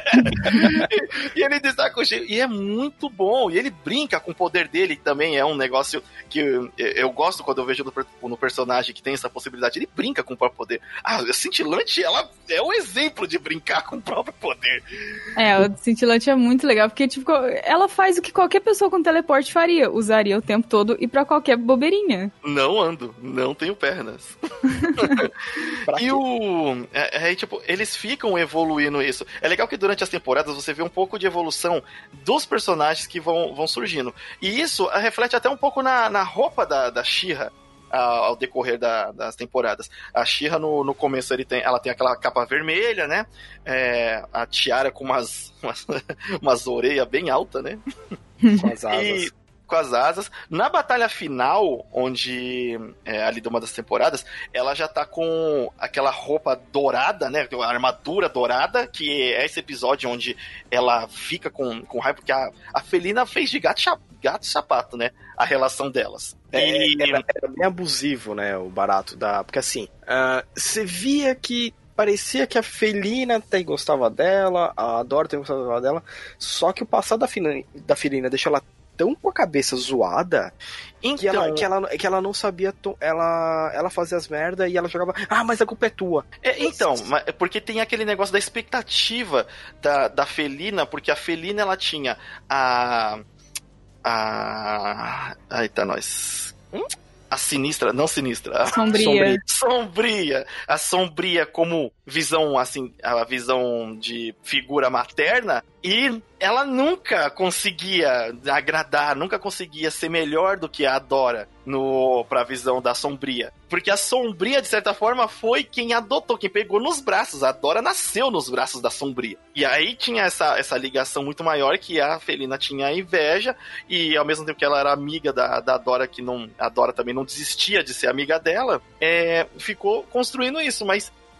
E ele destaca o jeito. E é muito bom. E ele brinca com o poder dele também. É um negócio que eu gosto quando eu vejo no personagem que tem essa possibilidade. Ele brinca com o próprio poder. A Cintilante, ela é o exemplo de brincar com o próprio poder. O Cintilante é muito legal, porque tipo, ela faz o que qualquer pessoa com teleporte faria. Usaria o tempo todo e pra qualquer bobeirinha. Não ando, não tenho pernas. E tipo, eles ficam evoluindo isso. É legal que durante as temporadas você vê um pouco de evolução dos personagens que vão surgindo. E isso reflete até um pouco na roupa da She-Ra ao decorrer das temporadas. A She-Ra no começo ela tem aquela capa vermelha, né? A tiara com umas orelhas bem altas, né? Com as asas. Com as asas. Na batalha final, onde ali de uma das temporadas, ela já tá com aquela roupa dourada, né? A armadura dourada, que é esse episódio onde ela fica com raiva, porque a Felina fez de gato e sapato, né? A relação delas. Era bem abusivo, né? O barato porque assim, você via que parecia que a Felina até gostava dela, a Dora até gostava dela, só que o passado da Felina deixou ela tão com a cabeça zoada que ela não sabia. Ela fazia as merda e ela jogava. Mas a culpa é tua. Porque tem aquele negócio da expectativa da Felina, porque a Felina ela tinha aí tá nós. A sinistra, não sinistra. Sombria. A Sombria como visão, assim, a visão de figura materna. E ela nunca conseguia agradar, nunca conseguia ser melhor do que a Dora pra visão da Sombria. Porque a Sombria, de certa forma, foi quem adotou, quem pegou nos braços. A Dora nasceu nos braços da Sombria. E aí tinha essa ligação muito maior, que a Felina tinha inveja, e ao mesmo tempo que ela era amiga da Dora, a Dora também não desistia de ser amiga dela, ficou construindo isso. Mas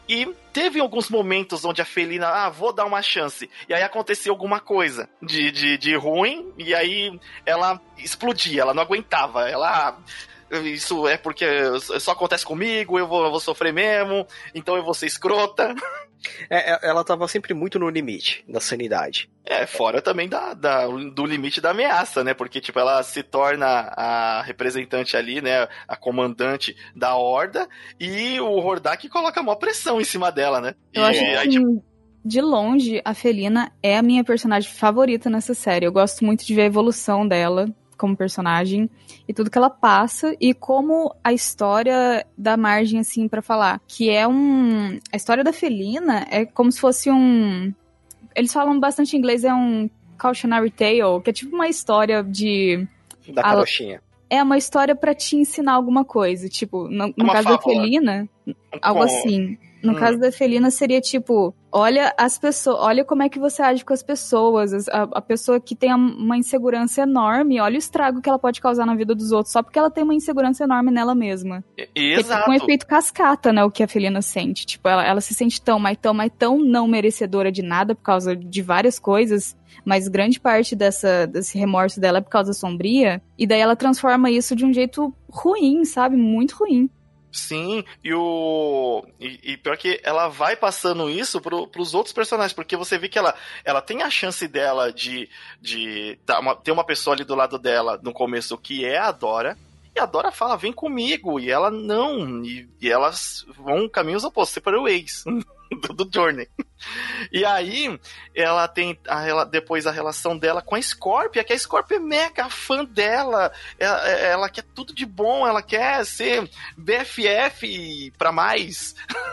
E teve alguns momentos onde a Felina, vou dar uma chance. E aí acontecia alguma coisa de ruim, e aí ela explodia, ela não aguentava. Isso é porque só acontece comigo, eu vou sofrer mesmo, então eu vou ser escrota. Ela tava sempre muito no limite da sanidade. Fora também do limite da ameaça, né? Porque, tipo, ela se torna a representante ali, né? A comandante da Horda, e o Hordak coloca maior pressão em cima dela, né? Eu acho que, de longe, a Felina é a minha personagem favorita nessa série. Eu gosto muito de ver a evolução dela como personagem e tudo que ela passa e como a história dá margem, assim, pra falar. Que é a história da Felina é como se fosse eles falam bastante em inglês, é um cautionary tale, que é tipo uma história da carochinha. É uma história pra te ensinar alguma coisa. Tipo, no caso da Felina, algo assim. No caso da Felina seria tipo, olha as pessoas, olha como é que você age com as pessoas, a pessoa que tem uma insegurança enorme, olha o estrago que ela pode causar na vida dos outros, só porque ela tem uma insegurança enorme nela mesma. Exato. É tipo um efeito cascata, né, o que a Felina sente. Tipo, ela se sente tão não merecedora de nada por causa de várias coisas, mas grande parte desse remorso dela é por causa Sombria, e daí ela transforma isso de um jeito ruim, sabe? Muito ruim. Sim, e pior que ela vai passando isso pros outros personagens, porque você vê que ela tem a chance dela de ter uma pessoa ali do lado dela no começo que é a Dora, e a Dora fala, vem comigo, e ela não, e elas vão caminhos opostos, separate do Journey. E aí, ela tem depois a relação dela com a Scorpia, que a Scorpia é mega fã dela, ela quer tudo de bom, ela quer ser BFF pra mais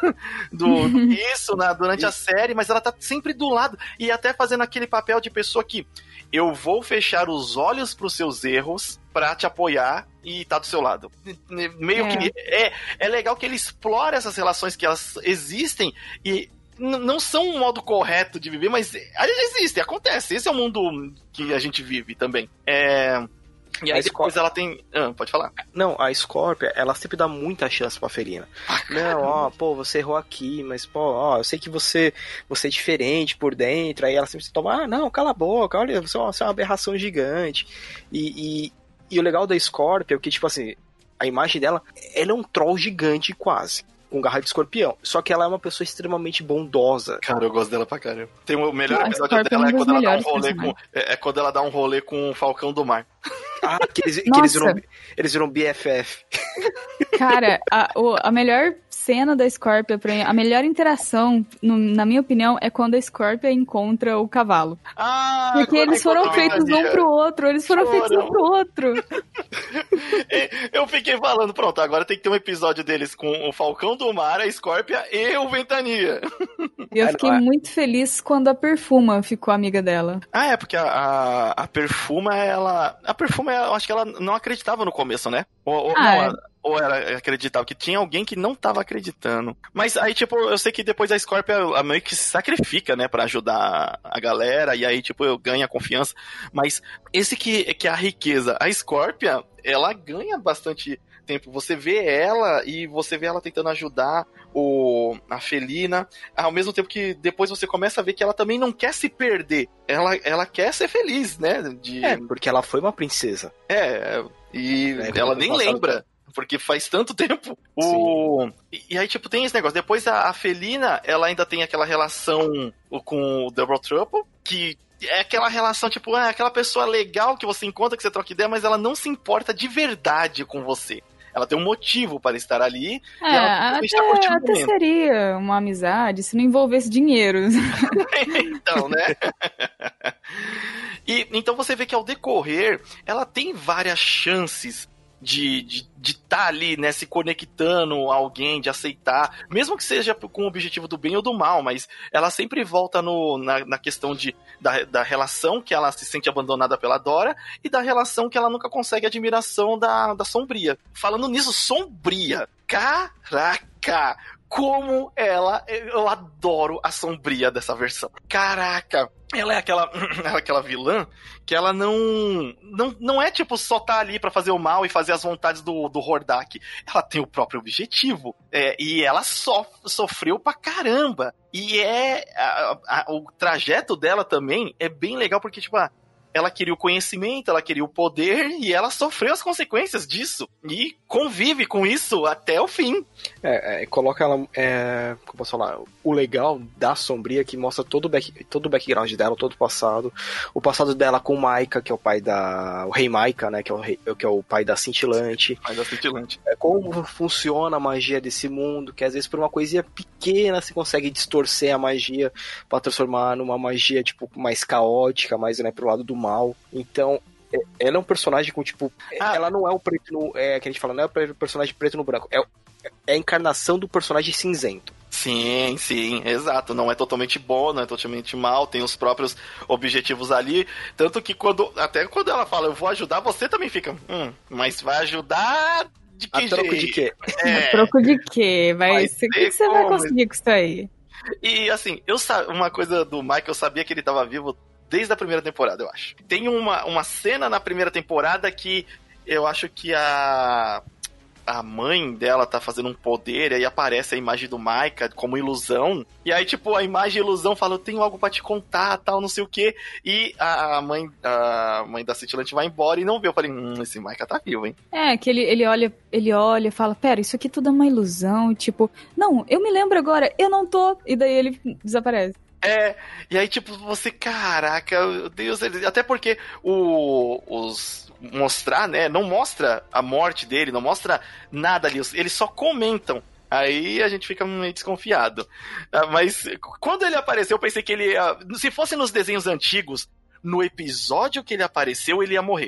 durante a série, mas ela tá sempre do lado, e até fazendo aquele papel de pessoa que eu vou fechar os olhos pros seus erros pra te apoiar e tá do seu lado. Meio que... É legal que ele explora essas relações que elas existem e não são um modo correto de viver, mas existe, acontece. Esse é o mundo que a gente vive também. E aí depois ela tem... pode falar. Não, a Scorpia, ela sempre dá muita chance pra Felina. Não, você errou aqui, mas, eu sei que você é diferente por dentro. Aí ela sempre se toma, não, cala a boca, olha, você é uma aberração gigante. E o legal da Scorpia é que, tipo assim, a imagem dela, ela é um troll gigante quase, com garra de escorpião. Só que ela é uma pessoa extremamente bondosa. Cara, eu gosto dela pra caramba. Tem o melhor episódio dela quando ela dá um rolê com o Falcão do Mar. Que eles viram BFF. Cara, a melhor cena da Scorpia, pra mim, a melhor interação, na minha opinião, é quando a Scorpia encontra o cavalo. Porque eles foram feitos um pro outro, Eu fiquei falando, pronto, agora tem que ter um episódio deles com o Falcão do Mar, a Scorpia e o Ventania. E eu fiquei muito feliz quando a Perfuma ficou amiga dela. Porque a Perfuma, eu acho que ela não acreditava no começo, né? Ou ela acreditava que tinha alguém que não tava acreditando. Mas aí, tipo, eu sei que depois a Scorpia meio que se sacrifica, né, pra ajudar a galera, e aí, tipo, eu ganho a confiança. Mas esse que é a riqueza. A Scorpia, ela ganha bastante tempo. Você vê ela e você vê ela tentando ajudar a Felina, ao mesmo tempo que depois você começa a ver que ela também não quer se perder. Ela quer ser feliz, né? Porque ela foi uma princesa. E ela nem lembra. Porque faz tanto tempo. E aí, tipo, tem esse negócio. Depois a Felina, ela ainda tem aquela relação com o Double Trouble, que é aquela relação, tipo, aquela pessoa legal que você encontra, que você troca ideia, mas ela não se importa de verdade com você. Ela tem um motivo para estar ali. E ela até seria uma amizade se não envolvesse dinheiro. Então, né? Então você vê que ao decorrer, ela tem várias chances de estar ali, né, se conectando a alguém, de aceitar, mesmo que seja com o objetivo do bem ou do mal, mas ela sempre volta na questão da relação que ela se sente abandonada pela Dora e da relação que ela nunca consegue admiração da Sombria. Falando nisso, Sombria, caraca! como eu adoro a Sombria dessa versão. Caraca, ela é aquela vilã que ela não é tipo só tá ali pra fazer o mal e fazer as vontades do Hordak. Ela tem o próprio objetivo. E ela sofreu pra caramba. E o trajeto dela também é bem legal porque, tipo, ela queria o conhecimento, ela queria o poder e ela sofreu as consequências disso. E convive com isso até o fim. Coloca ela, como posso falar, o legal da Sombria que mostra todo o background dela, todo o passado. O passado dela com o Maika, que é o pai o rei Maika, né, que é o pai da Cintilante. Pai da Cintilante. Como funciona a magia desse mundo, que às vezes por uma coisinha pequena você consegue distorcer a magia pra transformar numa magia, tipo, mais caótica, mais, né, pro lado do mal. Então, ela é um personagem com, tipo, ela não é o preto no... que a gente fala, não é o personagem preto no branco. É a encarnação do personagem cinzento. Sim, exato. Não é totalmente bom, não é totalmente mal, tem os próprios objetivos ali. Tanto que até quando ela fala, eu vou ajudar, você também fica, mas vai ajudar de que jeito? Troco de quê? Troco de quê? O que você vai conseguir com isso aí? E assim, uma coisa do Mike, eu sabia que ele tava vivo desde a primeira temporada, eu acho. Tem uma cena na primeira temporada que eu acho que a mãe dela tá fazendo um poder, e aí aparece a imagem do Maika como ilusão, e aí, tipo, a imagem e ilusão fala, eu tenho algo pra te contar, tal, não sei o quê, e a mãe da Cintilante vai embora e não vê. Eu falei, esse Maika tá vivo, hein? Que ele olha e fala, pera, isso aqui tudo é uma ilusão, tipo, não, eu me lembro agora, eu não tô, e daí ele desaparece. E aí, tipo, você, caraca, meu Deus, até porque mostrar, né, não mostra a morte dele, não mostra nada ali, eles só comentam. Aí a gente fica meio desconfiado. Mas quando ele apareceu, eu pensei que ele ia... Se fosse nos desenhos antigos, no episódio que ele apareceu, ele ia morrer.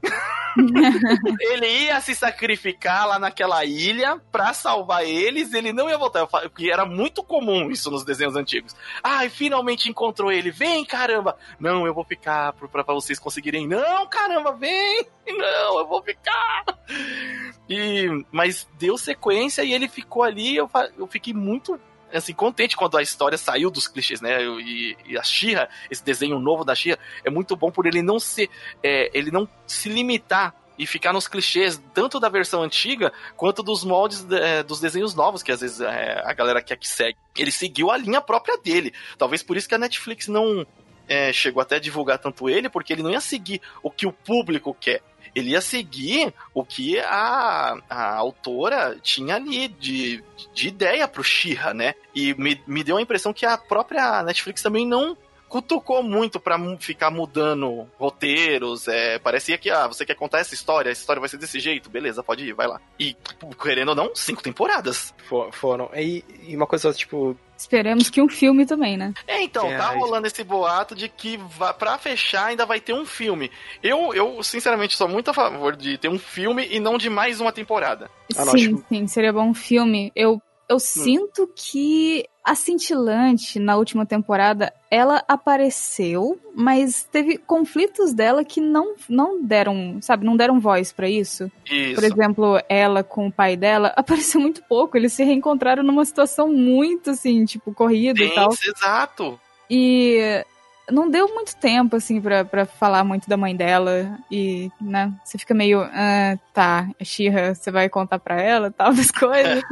Ele ia se sacrificar lá naquela ilha pra salvar eles, ele não ia voltar, porque era muito comum isso nos desenhos antigos. Finalmente encontrou ele, vem, caramba. Não, eu vou ficar pra vocês conseguirem. Não, caramba, vem. Não, eu vou ficar. Mas deu sequência e ele ficou ali. Eu fiquei muito, assim, contente quando a história saiu dos clichês, né? E a She-Ra, esse desenho novo da She-Ra, é muito bom por ele não se limitar e ficar nos clichês, tanto da versão antiga, quanto dos moldes dos desenhos novos, que às vezes a galera quer que segue. Ele seguiu a linha própria dele. Talvez por isso que a Netflix não chegou até a divulgar tanto ele, porque ele não ia seguir o que o público quer. Ele ia seguir o que a autora tinha ali de ideia pro She-Ra, né? E me deu a impressão que a própria Netflix também não cutucou muito pra ficar mudando roteiros. Parecia que, você quer contar essa história vai ser desse jeito, beleza, pode ir, vai lá. E, querendo ou não, 5 temporadas. Foram. E uma coisa, tipo... Esperemos que um filme também, né? Então, tá rolando esse boato de que pra fechar ainda vai ter um filme. Eu sinceramente, sou muito a favor de ter um filme e não de mais uma temporada. Sim, seria bom um filme. Eu sinto que a Cintilante, na última temporada, ela apareceu, mas teve conflitos dela que não deram, sabe, não deram voz pra isso. Isso. Por exemplo, ela com o pai dela apareceu muito pouco, eles se reencontraram numa situação muito, assim, tipo, corrida e tal. Exato. E não deu muito tempo, assim, pra falar muito da mãe dela. E, né, você fica meio... tá, She-Ra, você vai contar pra ela e tal, das coisas.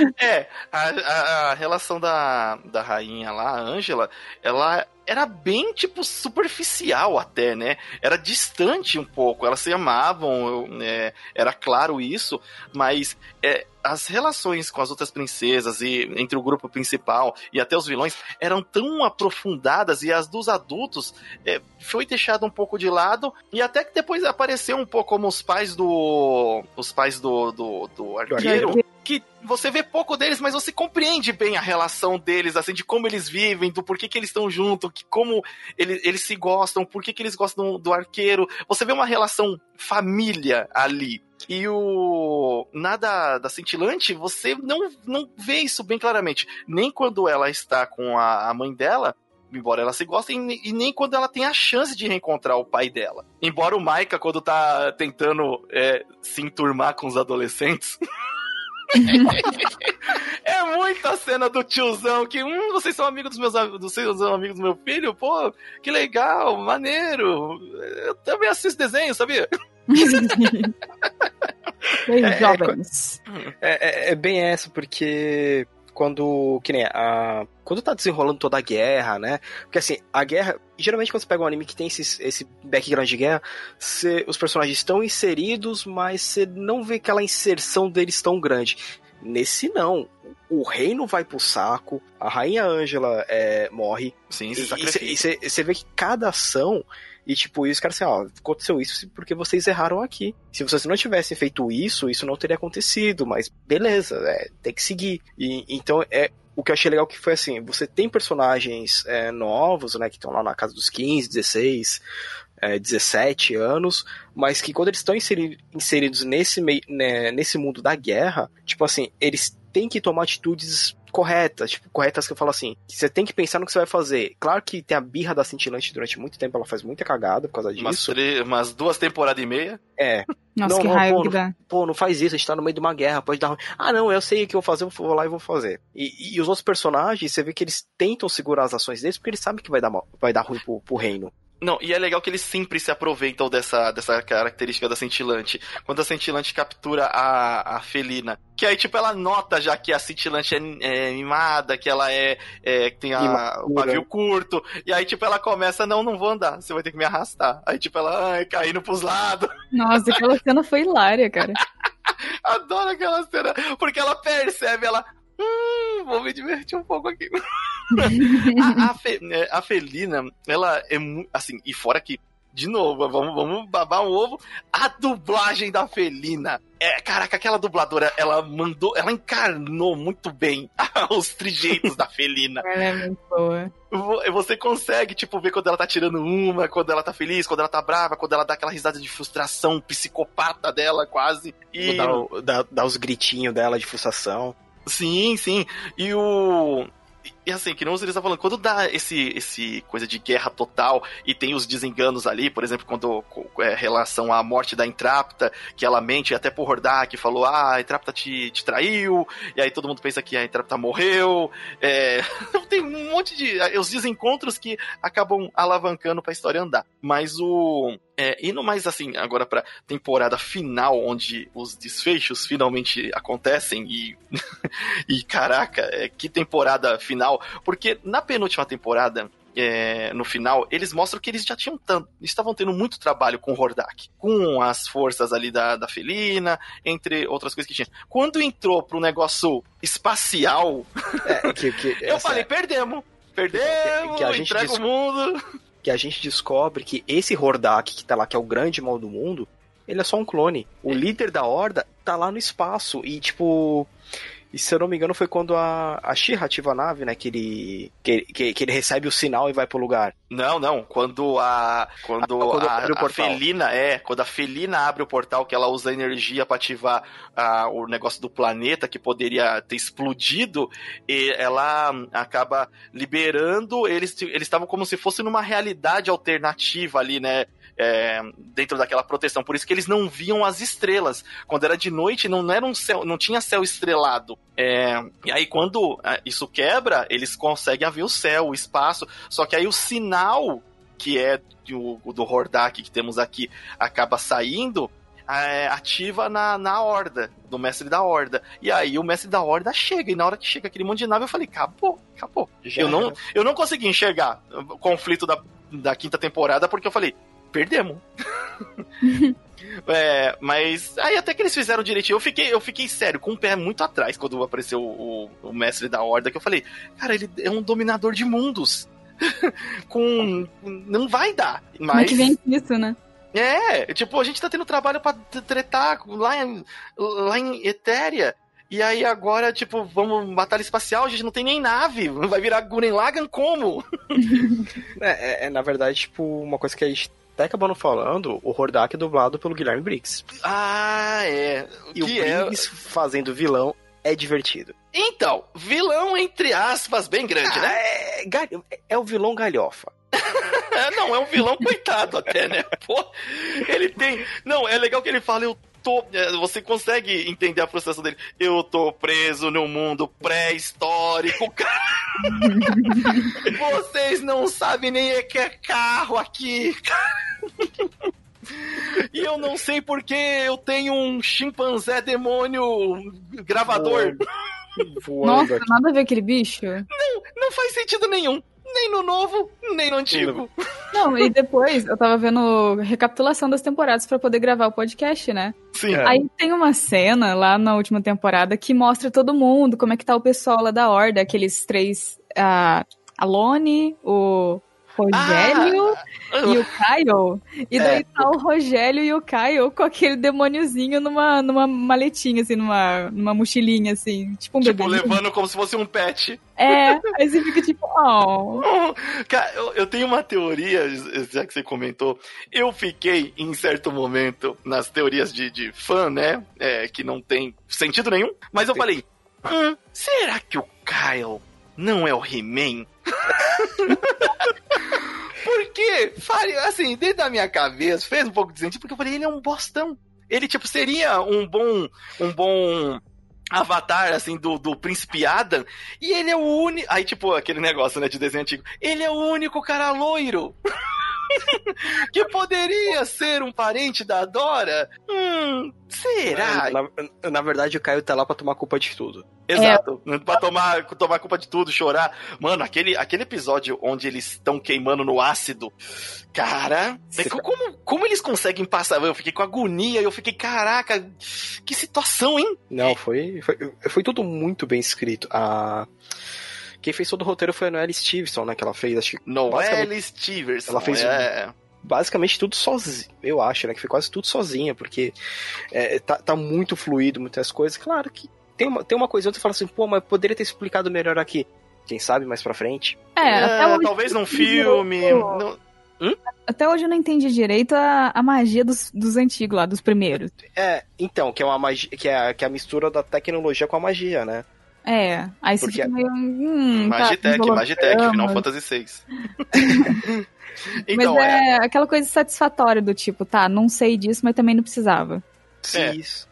A relação da rainha lá, a Ângela, ela era bem, tipo, superficial até, né? Era distante um pouco, elas se amavam, era claro isso, mas as relações com as outras princesas e entre o grupo principal e até os vilões eram tão aprofundadas, e as dos adultos foi deixado um pouco de lado, e até que depois apareceu um pouco como os pais do arqueiro, que você vê pouco deles, mas você compreende bem a relação deles, assim, de como eles vivem, do porquê que eles estão juntos, como eles se gostam, porquê que eles gostam do arqueiro. Você vê uma relação família ali. E nada da Cintilante, você não vê isso bem claramente. Nem quando ela está com a mãe dela, embora ela se goste, e nem quando ela tem a chance de reencontrar o pai dela. Embora o Maika, quando tá tentando se enturmar com os adolescentes... é É muito a cena do tiozão que, vocês são amigos vocês são amigos do meu filho? Pô, que legal, maneiro. Eu também assisto desenho, sabia? Jovens. É bem essa, porque quando tá desenrolando toda a guerra, né? Porque assim, a guerra, geralmente quando você pega um anime que tem esse background de guerra, os personagens estão inseridos, mas você não vê aquela inserção deles tão grande. Nesse não. O reino vai pro saco, a rainha Ângela morre. Sim, e você vê que cada ação, e tipo, os caras assim, aconteceu isso porque vocês erraram aqui. Se vocês não tivessem feito isso não teria acontecido, mas beleza, tem que seguir. Então, o que eu achei legal que foi assim, você tem personagens novos, né, que estão lá na casa dos 15, 16, 17 anos, mas que quando eles estão inseridos nesse mundo da guerra, tipo assim, eles têm que tomar atitudes corretas que eu falo assim, que você tem que pensar no que você vai fazer. Claro que tem a birra da Cintilante durante muito tempo, ela faz muita cagada por causa disso. Umas 2 temporadas e meia. Nossa, que raiva que dá. Pô, não faz isso, a gente tá no meio de uma guerra, pode dar ruim. Ah, não, eu sei o que eu vou fazer, eu vou lá e vou fazer. E os outros personagens, você vê que eles tentam segurar as ações deles, porque eles sabem que vai dar ruim pro reino. Não, e é legal que eles sempre se aproveitam dessa característica da Cintilante. Quando a Cintilante captura a Felina, que aí, tipo, ela nota já que a Cintilante é mimada, que ela tem o pavio curto, e aí, tipo, ela começa, não vou andar, você vai ter que me arrastar. Aí, tipo, ela caindo pros lados. Nossa, aquela cena foi hilária, cara. Adoro aquela cena, porque ela percebe, vou me divertir um pouco aqui. A Felina, ela é muito, assim, e fora que, de novo, vamos babar um ovo, a dublagem da Felina, caraca, aquela dubladora, ela encarnou muito bem os trejeitos da Felina. Ela é muito boa. Você consegue, tipo, ver quando ela tá tirando uma, quando ela tá feliz, quando ela tá brava, quando ela dá aquela risada de frustração psicopata dela, quase. E dá os gritinhos dela de frustração. Sim. E assim, que não você está falando, quando dá esse coisa de guerra total e tem os desenganos ali, por exemplo, quando relação à morte da Entrapta, que ela mente até pro Hordak, falou, a Entrapta te traiu, e aí todo mundo pensa que a Entrapta morreu, tem um monte de os desencontros que acabam alavancando pra história andar, mas indo mais assim, agora pra temporada final, onde os desfechos finalmente acontecem e caraca, que temporada final, porque na penúltima temporada, no final, eles mostram que eles já estavam tendo muito trabalho com o Hordak, com as forças ali da Felina, entre outras coisas que tinha. Quando entrou pro negócio espacial, eu falei, perdemos, que a gente entrega o mundo. Que a gente descobre que esse Hordak que tá lá, que é o grande mal do mundo, ele é só um clone. O líder da Horda tá lá no espaço. E, tipo... E se eu não me engano foi quando a She-Ra ativa a nave, né? Que ele recebe o sinal e vai pro lugar. Não. Quando a Felina quando a Felina abre o portal, que ela usa energia pra ativar o negócio do planeta que poderia ter explodido, e ela acaba liberando, eles estavam como se fosse numa realidade alternativa ali, né? Dentro daquela proteção, por isso que eles não viam as estrelas. Quando era de noite, não era um céu, não tinha céu estrelado. E aí quando isso quebra, eles conseguem ver o céu, o espaço, só que aí o sinal, que é do Hordak que temos aqui, acaba saindo, ativa na Horda, do mestre da Horda. E aí o mestre da Horda chega, e na hora que chega aquele monte de nave, eu falei, acabou. Eu não consegui enxergar o conflito da quinta temporada, porque eu falei, perdemos. Mas aí até que eles fizeram direitinho. Eu fiquei sério, com o pé muito atrás quando apareceu o mestre da Horda, que eu falei, cara, ele é um dominador de mundos. Não vai dar. Mas como é que vem isso, né? Tipo, a gente tá tendo trabalho pra tretar lá em Etéria. E aí agora, tipo, vamos batalha espacial, a gente não tem nem nave. Vai virar Gurren Lagann como? Na verdade, tipo, uma coisa que a gente até acabando falando, o Hordak é dublado pelo Guilherme Briggs. E o Briggs fazendo vilão é divertido. Então, vilão entre aspas bem grande, né? É o vilão galhofa. Não, é um vilão coitado até, né? Pô, ele tem... Não, é legal que ele fala, eu Você consegue entender a frustração dele. Eu tô preso num mundo pré-histórico, cara. Vocês não sabem nem o que é carro aqui. E eu não sei porque eu tenho um chimpanzé demônio gravador. Nossa, nada a ver aquele bicho. Não faz sentido nenhum. Nem no novo, nem no antigo. Não, e depois eu tava vendo recapitulação das temporadas pra poder gravar o podcast, né? Sim. Aí tem uma cena lá na última temporada que mostra todo mundo, como é que tá o pessoal lá da Horda, aqueles três, a Lone, o Rogério e o Kyle. E daí tá o Rogério e o Kyle com aquele demôniozinho numa maletinha, assim, numa mochilinha, assim, tipo um bebê. Levando como se fosse um pet. Aí você fica tipo, Cara, eu tenho uma teoria, já que você comentou. Eu fiquei, em certo momento, nas teorias de fã, né? Que não tem sentido nenhum. Mas eu falei, será que o Kyle não é o He-Man? Porque, assim, dentro da minha cabeça, fez um pouco de sentido, porque eu falei, ele é um bostão. Ele, tipo, seria um bom avatar, assim, do Príncipe Adam, e ele é o único... Aí, tipo, aquele negócio, né, de desenho antigo. Ele é o único cara loiro que poderia ser um parente da Dora. Será? Na verdade, o Caio tá lá pra tomar culpa de tudo. Exato. Pra tomar culpa de tudo, chorar. Mano, aquele episódio onde eles estão queimando no ácido, cara, como eles conseguem passar? Eu fiquei com agonia, eu fiquei, caraca, que situação, hein? Não, foi tudo muito bem escrito. Quem fez todo o roteiro foi a Noelle Stevenson, né? Que ela fez, acho que... Noelle Stevenson. Ela fez basicamente tudo sozinha, eu acho, né? Que foi quase tudo sozinha, porque tá muito fluido, muitas coisas. Claro que tem uma coisa, outra fala assim, pô, mas poderia ter explicado melhor aqui. Quem sabe mais pra frente? Talvez num filme... Até hoje eu não entendi direito a magia dos antigos lá, dos primeiros. Então, que é uma magia, que é a mistura da tecnologia com a magia, né? Aí você fica meio... Magitech, Final Fantasy VI. Então, mas aquela coisa satisfatória do tipo, não sei disso, mas também não precisava. Isso.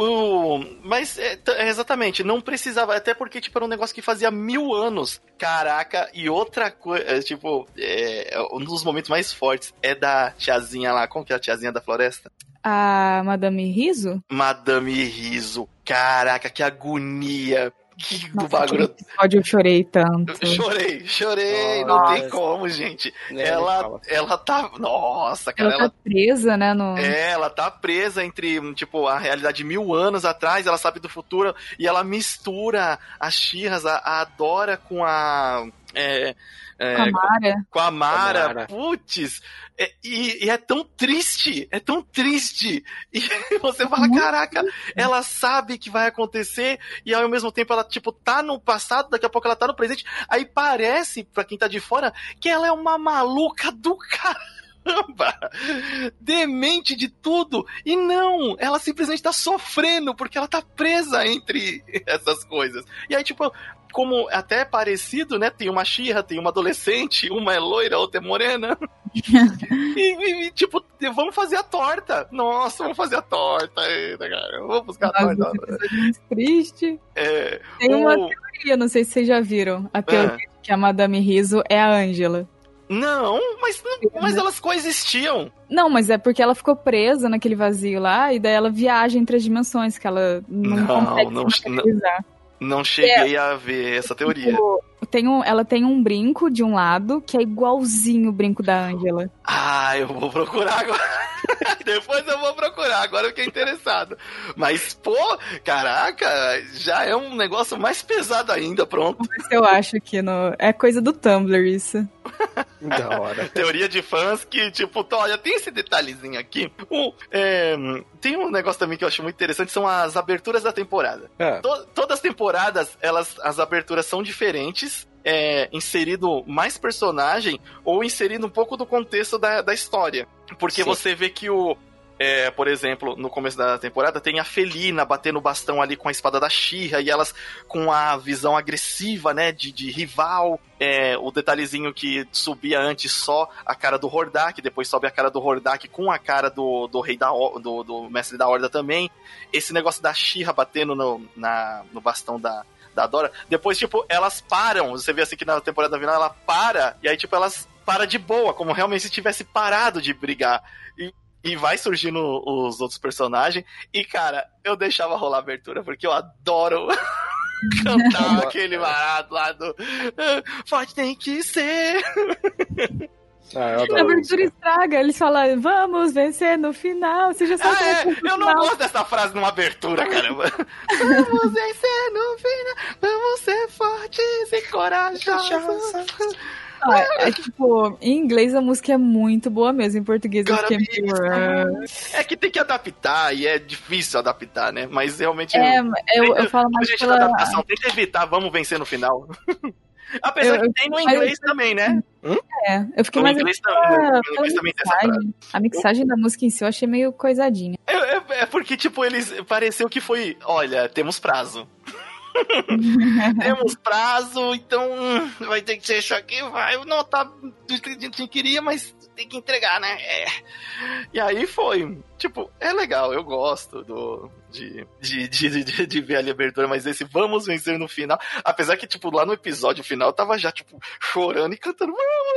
Mas exatamente, não precisava, até porque tipo, era um negócio que fazia 1000 anos. Caraca, e outra coisa, tipo, um dos momentos mais fortes é da tiazinha lá, como que é a tiazinha da floresta? A Madame Riso? Madame Riso, caraca, que agonia. Do bagulho. Episódio eu chorei tanto. Chorei, não tem como, gente. Ela tá. Nossa, cara. Ela tá presa, né? Ela tá presa entre, tipo, a realidade de 1000 anos atrás, ela sabe do futuro, e ela mistura as She-Ras, a Dora com a. Com a Mara. Putz, e é tão triste. E você fala, caraca, ela sabe que vai acontecer, e ao mesmo tempo ela, tipo, tá no passado, daqui a pouco ela tá no presente, aí parece, pra quem tá de fora, que ela é uma maluca do caramba, demente de tudo, e não, ela simplesmente tá sofrendo, porque ela tá presa entre essas coisas. E aí, tipo, como até é parecido, né? Tem uma She-Ra, tem uma adolescente, uma é loira, outra é morena. e tipo, vamos fazer a torta. Nossa, vamos fazer a torta. Eita, cara, vamos buscar a torta. Triste. Tem uma teoria, não sei se vocês já viram. A teoria de que a Madame Riso é a Ângela. Não, mas elas coexistiam. Não, mas é porque ela ficou presa naquele vazio lá, e daí ela viaja entre as dimensões, que ela não consegue se materializar. Não cheguei a ver essa teoria. Ela tem um brinco de um lado que é igualzinho o brinco da Ângela. Eu vou procurar agora. Depois eu vou procurar, agora eu fiquei interessado. Mas, pô, caraca, já é um negócio mais pesado ainda, pronto. Eu acho que é coisa do Tumblr isso. Da hora. Teoria de fãs que, tipo, olha, tem esse detalhezinho aqui. Tem um negócio também que eu acho muito interessante, são as aberturas da temporada. Todas as temporadas, as aberturas são diferentes, inserido mais personagem ou inserido um pouco do contexto da história. Porque você vê que por exemplo, no começo da temporada, tem a Felina batendo o bastão ali com a espada da She-Ra, e elas com a visão agressiva, né, de rival. O detalhezinho que subia antes só a cara do Hordak, depois sobe a cara do Hordak com a cara do rei do mestre da Horda também. Esse negócio da She-Ra batendo no bastão da Dora. Depois, tipo, elas param. Você vê assim que na temporada final ela para, e aí, tipo, elas param de boa, como realmente se tivesse parado de brigar. E vai surgindo os outros personagens. E, cara, eu deixava rolar a abertura, porque eu adoro cantar aquele barato lá do Forte tem que ser. A abertura estraga, eles falam, vamos vencer no final. Você já sabe eu não gosto dessa frase numa abertura, caramba. Vamos vencer no final, vamos ser fortes e corajosos. Tipo, em inglês a música é muito boa mesmo, em português eu fiquei meio... É que tem que adaptar, e é difícil adaptar, né? Mas realmente... eu falo mais pela adaptação, tenta evitar, vamos vencer no final. Apesar que tem no inglês também, né? Eu fiquei mais inglês pela também tem essa frase. A mixagem da música em si eu achei meio coisadinha. É porque, tipo, eles... Pareceu que foi, olha, temos prazo. Temos prazo, então vai ter que ser isso aqui, não tá do que a gente queria, mas tem que entregar, né? E aí foi, tipo, é legal, eu gosto de ver a abertura, mas esse vamos vencer no final, apesar que, tipo, lá no episódio final eu tava já, tipo, chorando e cantando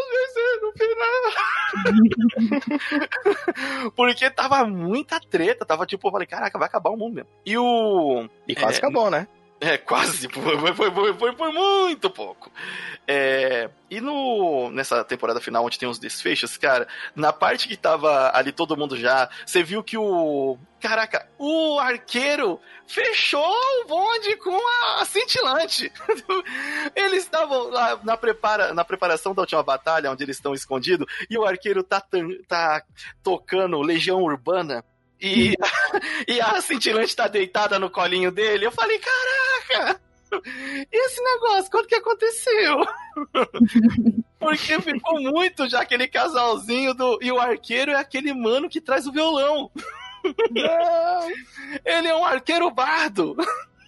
vamos vencer no final. Porque tava muita treta, tava tipo, eu falei, caraca, vai acabar o mundo mesmo. E quase acabou, né? Quase, foi muito pouco. E nessa temporada final, onde tem os desfechos, cara, na parte que tava ali todo mundo já, você viu que o arqueiro fechou o bonde com a cintilante. Eles estavam lá na preparação da última batalha, onde eles estão escondidos, e o arqueiro tá tocando Legião Urbana. E a cintilante tá deitada no colinho dele. Eu falei, caraca! E esse negócio, quando que aconteceu? Porque ficou muito já aquele casalzinho e o arqueiro é aquele mano que traz o violão. Não! Ele é um arqueiro bardo.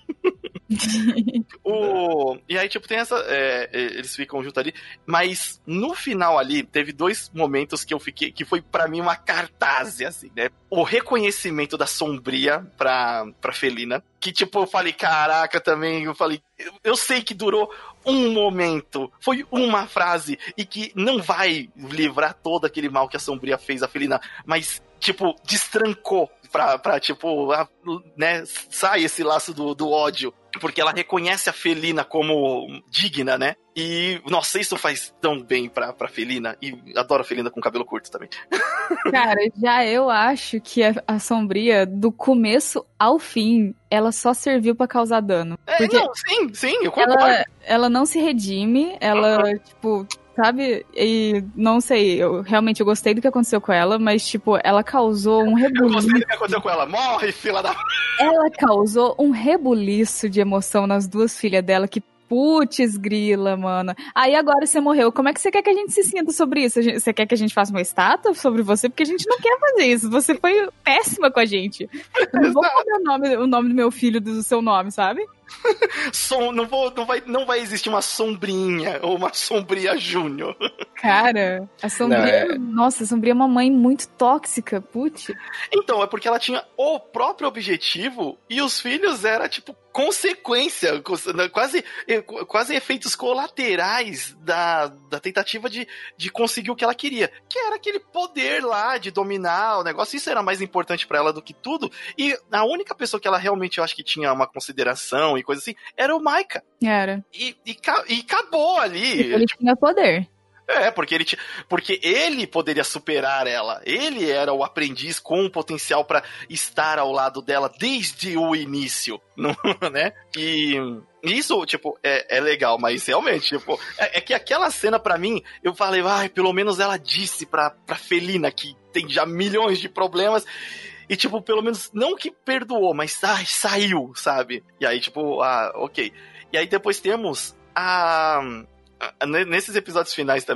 E aí, tipo, tem essa. Eles ficam juntos ali. Mas no final ali, teve 2 momentos que eu fiquei. Que foi pra mim uma cartaz, assim, né? O reconhecimento da Sombria pra Felina. Que, tipo, eu falei, caraca, também. Eu falei, eu sei que durou um momento. Foi uma frase. E que não vai livrar todo aquele mal que a Sombria fez a Felina. Mas, tipo, destrancou. Pra tipo, né, sai esse laço do ódio, porque ela reconhece a Felina como digna, né? E, nossa, isso faz tão bem pra Felina, e adoro a Felina com cabelo curto também. Cara, já eu acho que a Sombria, do começo ao fim, ela só serviu pra causar dano. Sim, eu concordo. Ela não se redime, ela, tipo... Sabe? E não sei, eu gostei do que aconteceu com ela, mas, tipo, ela causou um rebuliço. Eu gostei do que aconteceu com ela. Morre, filha da... Ela causou um rebuliço de emoção nas 2 filhas dela, que putz grila, mano. Aí agora você morreu, como é que você quer que a gente se sinta sobre isso? Você quer que a gente faça uma estátua sobre você? Porque a gente não quer fazer isso. Você foi péssima com a gente. Eu não vou comer o nome do meu filho do seu nome, sabe? Não vai existir uma sombrinha ou uma sombria júnior. Cara, a Sombria... Nossa, a Sombria é uma mãe muito tóxica, putz. Então, é porque ela tinha o próprio objetivo e os filhos era, tipo, consequência, quase efeitos colaterais da tentativa de conseguir o que ela queria, que era aquele poder lá de dominar o negócio. Isso era mais importante pra ela do que tudo, e a única pessoa que ela realmente, eu acho que tinha uma consideração e coisa assim, era o Maika. Era. E acabou ali. Ele tinha poder. Porque ele poderia superar ela. Ele era o aprendiz com o potencial pra estar ao lado dela desde o início, né? E isso, tipo, é legal, mas realmente, tipo, é que aquela cena pra mim, eu falei, pelo menos ela disse pra Felina, que tem já milhões de problemas, e, tipo, pelo menos, não que perdoou, mas saiu, sabe? E aí, tipo, ok. E aí depois temos nesses episódios finais também,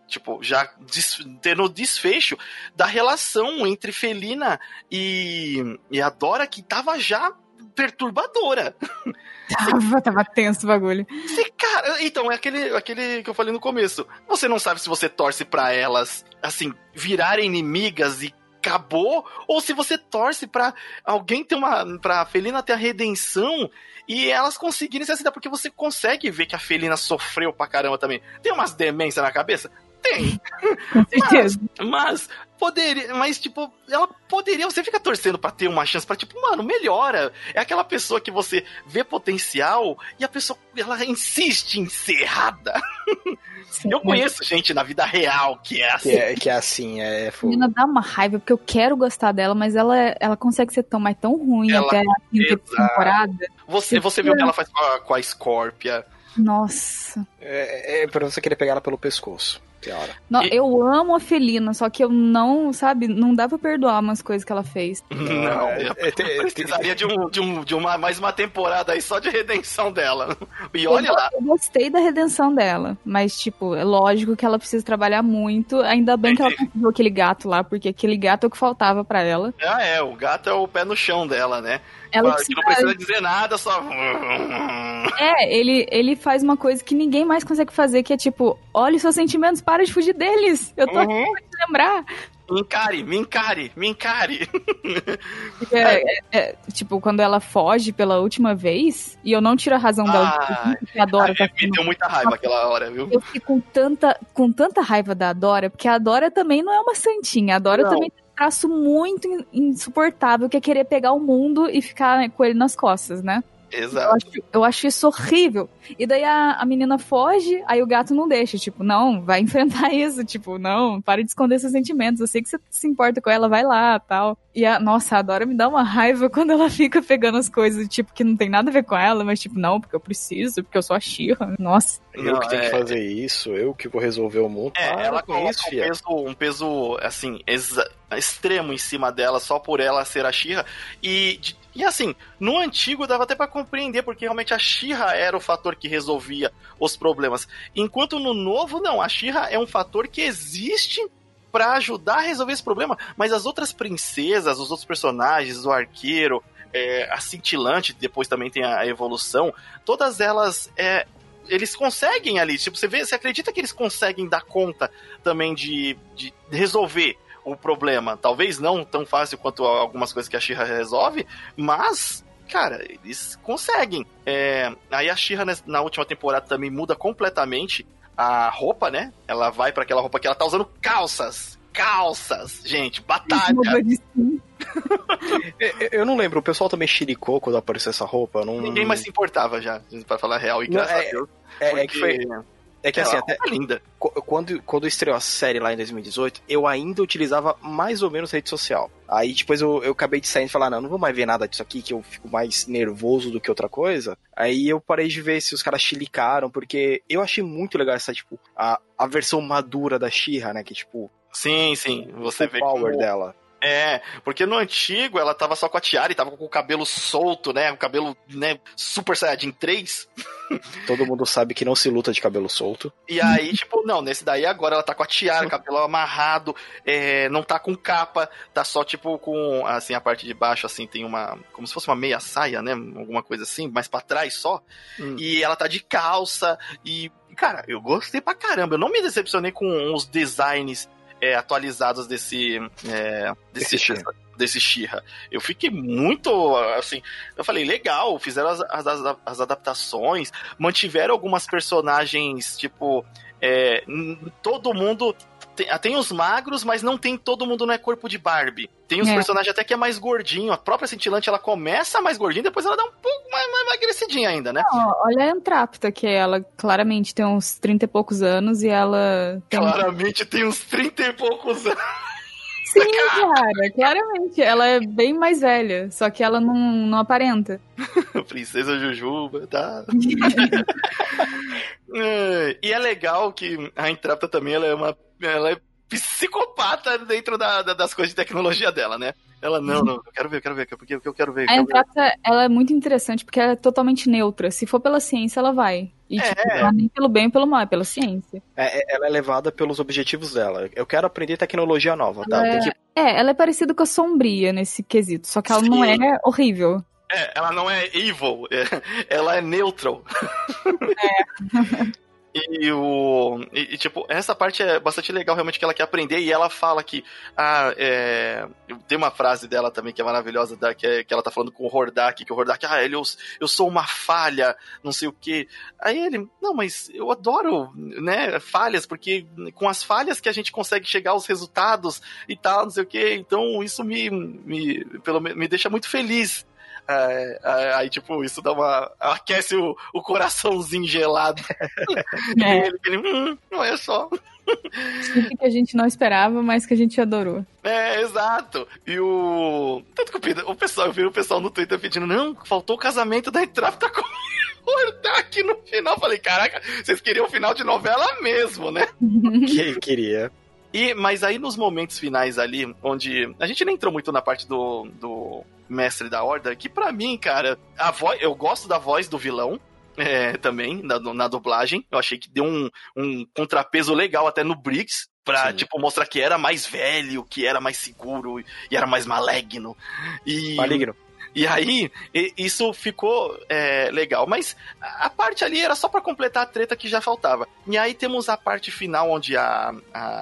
Tipo, já tendo o desfecho da relação entre Felina e a Dora, que tava já perturbadora. Tava tenso o bagulho. Cara, então, é aquele que eu falei no começo. Você não sabe se você torce pra elas, assim, virarem inimigas e acabou, ou se você torce pra alguém ter pra Felina ter a redenção e elas conseguirem se acertar, porque você consegue ver que a Felina sofreu pra caramba também. Tem umas demências na cabeça? Tem. Com certeza. Mas poderia, tipo, ela poderia, você fica torcendo pra ter uma chance pra, tipo, mano, melhora. É aquela pessoa que você vê potencial e a pessoa, ela insiste em ser errada. Sim, eu conheço gente na vida real que é assim. Que é assim, A menina dá uma raiva, porque eu quero gostar dela, mas ela consegue ser tão ruim até a quinta temporada. Você viu o que ela faz com a Scorpia. Nossa. É pra você querer pegar ela pelo pescoço. Não, eu amo a Felina, só que eu não, sabe, não dá pra perdoar umas coisas que ela fez. Precisaria de mais uma temporada aí só de redenção dela. E olha lá. Eu gostei da redenção dela, mas, tipo, é lógico que ela precisa trabalhar muito. Ainda bem que ela conseguiu aquele gato lá, porque aquele gato é o que faltava pra ela. O gato é o pé no chão dela, né? Ela que não precisa dizer nada, só... ele faz uma coisa que ninguém mais consegue fazer, que é tipo, olha os seus sentimentos, para de fugir deles. Eu tô aqui pra te lembrar. Me encare. Tipo, quando ela foge pela última vez, e eu não tiro a razão dela, porque a Dora tá me deu muita raiva aquela hora, viu? Eu fiquei com tanta raiva da Dora, porque a Dora também não é uma santinha. A Dora também tem um traço muito insuportável, que é querer pegar o mundo e ficar com ele nas costas, né? Exato. Eu acho isso horrível. E daí a menina foge, aí o gato não deixa. Tipo, não, vai enfrentar isso. Tipo, não, para de esconder seus sentimentos. Eu sei que você se importa com ela, vai lá, tal. E nossa, a Dora me dá uma raiva quando ela fica pegando as coisas, tipo, que não tem nada a ver com ela, mas tipo, não, porque eu preciso, porque eu sou a She-Ra. Nossa. Eu que tenho que fazer isso, eu que vou resolver o mundo. Ela coloca um peso, assim, extremo em cima dela, só por ela ser a She-Ra. E assim, no antigo dava até pra compreender, porque realmente a She-Ra era o fator que resolvia os problemas. Enquanto no novo, não, a She-Ra é um fator que existe pra ajudar a resolver esse problema, mas as outras princesas, os outros personagens, o arqueiro, a cintilante, depois também tem a evolução, todas elas... eles conseguem ali, tipo, você acredita que eles conseguem dar conta também de resolver o problema. Talvez não tão fácil quanto algumas coisas que a She-Ra resolve, mas, cara, eles conseguem. Aí a She-Ra na última temporada também muda completamente a roupa, né? Ela vai pra aquela roupa que ela tá usando calças, gente, batalha. Eu não lembro, o pessoal também chiricou quando apareceu essa roupa. Ninguém mais se importava já, pra falar a real, e graças a Deus. É que assim, até linda. Quando estreou a série lá em 2018, eu ainda utilizava mais ou menos rede social. Aí depois eu acabei de sair e falar, não vou mais ver nada disso aqui, que eu fico mais nervoso do que outra coisa. Aí eu parei de ver se os caras chilicaram, porque eu achei muito legal essa, tipo, a versão madura da She-Ra, né, que tipo... Sim, você vê o power dela. Porque no antigo ela tava só com a tiara e tava com o cabelo solto, né? O cabelo, né, Super Saiyajin 3. Todo mundo sabe que não se luta de cabelo solto. E aí, tipo, não, nesse daí agora ela tá com a tiara, cabelo amarrado, não tá com capa, tá só, tipo, com, assim, a parte de baixo, assim, tem uma, como se fosse uma meia saia, né? Alguma coisa assim, mais pra trás só. E ela tá de calça e, cara, eu gostei pra caramba. Eu não me decepcionei com os designs atualizados desse She-Ra. Eu fiquei muito, assim, eu falei, legal, fizeram as adaptações, mantiveram algumas personagens, tipo, todo mundo tem os magros, mas não tem todo mundo, não é corpo de Barbie. Tem os personagens até que é mais gordinho. A própria Cintilante, ela começa mais gordinha, depois ela dá um pouco mais emagrecidinha ainda, né? Não, olha a Antrapta, que ela claramente tem uns 30 e poucos anos e ela... Claramente tem uns 30 e poucos anos. Sim, cara, claramente. Ela é bem mais velha, só que ela não aparenta. Princesa Jujuba, tá? E é legal que a Entrapta também, ela é psicopata dentro das coisas de tecnologia dela, né? Ela, não, eu quero ver, porque eu quero ver. A Entrapta, ela é muito interessante porque ela é totalmente neutra. Se for pela ciência, ela vai. E tipo, não é nem pelo bem ou pelo mal, é pela ciência. Ela é levada pelos objetivos dela. Eu quero aprender tecnologia nova, tá? Ela é parecida com a Sombria nesse quesito, só que ela não é horrível. Ela não é evil, ela é neutral. E tipo, essa parte é bastante legal, realmente, que ela quer aprender, e ela fala que tem uma frase dela também que é maravilhosa, que ela tá falando com o Hordak, que o Hordak, eu sou uma falha, não sei o quê. Aí ele, não, mas eu adoro, né, falhas, porque com as falhas que a gente consegue chegar aos resultados e tal, não sei o quê, então isso me deixa muito feliz. Aí, tipo, isso aquece o coraçãozinho gelado. Ele, não só. Sempre que a gente não esperava, mas que a gente adorou. Exato. E tanto que eu vi o pessoal no Twitter pedindo, não, faltou o casamento da Entrapta com o Hordak no final. Falei, caraca, vocês queriam o final de novela mesmo, né? Queria. Mas aí nos momentos finais ali, onde a gente nem entrou muito na parte do Mestre da Horda, que pra mim, cara, eu gosto da voz do vilão, também, na dublagem. Eu achei que deu um contrapeso legal até no Briggs, pra, tipo, mostrar que era mais velho, que era mais seguro, e era mais maligno. Maligno. E aí, isso ficou legal. Mas a parte ali era só pra completar a treta que já faltava. E aí temos a parte final, onde a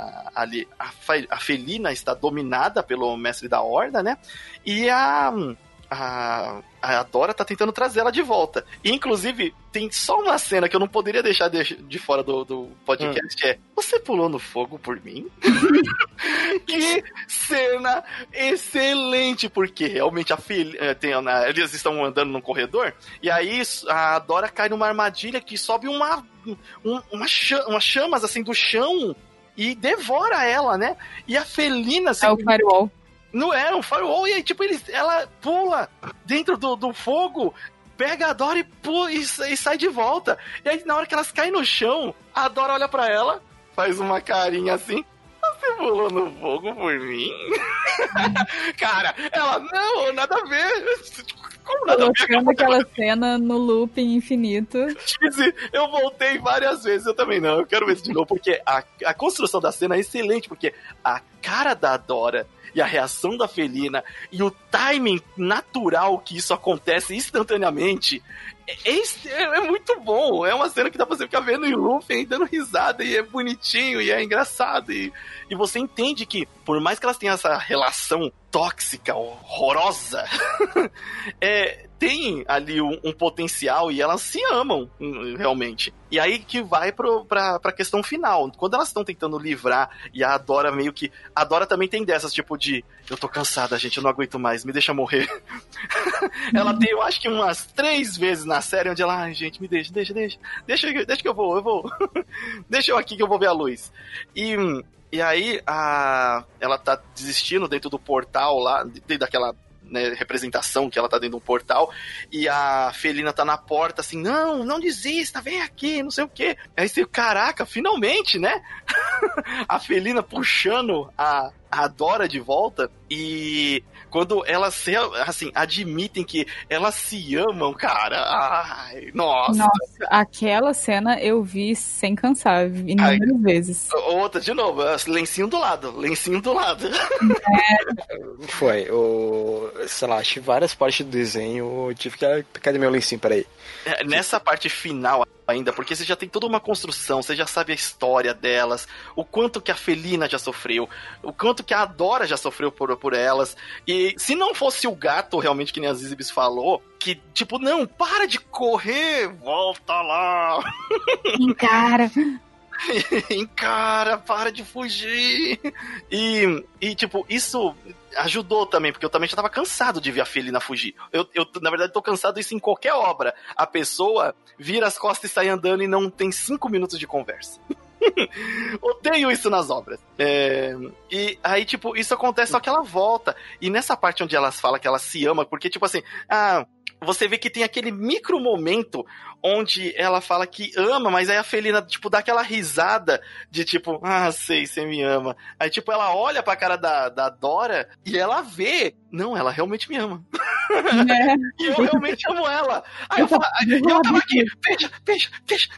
Felina está dominada pelo Mestre da Horda, né? E a Dora tá tentando trazer ela de volta. E, inclusive, tem só uma cena que eu não poderia deixar de fora do podcast, você pulou no fogo por mim? Que cena excelente, porque realmente eles estão andando num corredor, e aí a Dora cai numa armadilha que sobe umas chamas, assim, do chão e devora ela, né? E a Felina... É o firewall. Não é um firewall, e aí, tipo, ela pula dentro do fogo, pega a Dora e sai de volta. E aí, na hora que elas caem no chão, a Dora olha pra ela, faz uma carinha assim, você pulou no fogo por mim? Cara, ela, não, nada a ver. Como nada a ver? Colocando aquela cena no looping infinito. Eu voltei várias vezes, eu também não, eu quero ver isso de novo, porque a construção da cena é excelente, porque a cara da Dora e a reação da Felina e o timing natural que isso acontece instantaneamente é muito bom. É uma cena que dá pra você ficar vendo em looping, dando risada, e é bonitinho, e é engraçado, e você entende que, por mais que elas tenham essa relação tóxica, horrorosa, tem ali um potencial, e elas se amam, realmente. E aí que vai pra questão final. Quando elas estão tentando livrar, e a Dora meio que... A Dora também tem dessas, tipo de... Eu tô cansada, gente, eu não aguento mais, me deixa morrer. Ela tem, eu acho que umas 3 vezes na série, onde ela... Ai, gente, me deixa que eu vou. Deixa eu aqui que eu vou ver a luz. E aí, ela tá desistindo dentro do portal lá, dentro daquela... Né, representação que ela tá dentro de um portal, e a Felina tá na porta assim, não desista, vem aqui, não sei o que. Aí você, caraca, finalmente, né? A Felina puxando a Dora de volta, e quando elas assim, admitem que elas se amam, cara, ai, nossa, aquela cena eu vi sem cansar, inúmeras vezes. Outra, de novo, lencinho do lado. Foi, sei lá, achei várias partes do desenho, tive que... Cadê meu lencinho, peraí? Nessa parte final ainda, porque você já tem toda uma construção, você já sabe a história delas, o quanto que a Felina já sofreu, o quanto que a Dora já sofreu por elas, e se não fosse o gato, realmente, que nem a Zizibis falou, que, tipo, não, para de correr, volta lá. Encara, para de fugir. E tipo, isso ajudou também, porque eu também já tava cansado de ver a Felina fugir. Eu na verdade, tô cansado disso em qualquer obra. A pessoa vira as costas e sai andando e não tem 5 minutos de conversa. Odeio isso nas obras. E aí, tipo, isso acontece, só que ela volta. E nessa parte onde elas falam que ela se ama, porque, tipo assim, você vê que tem aquele micro momento onde ela fala que ama, mas aí a Felina, tipo, dá aquela risada de tipo, sei, você me ama. Aí, tipo, ela olha pra cara da Dora e ela vê, não, ela realmente me ama. E eu realmente amo ela. Aí eu tava aqui, fecha.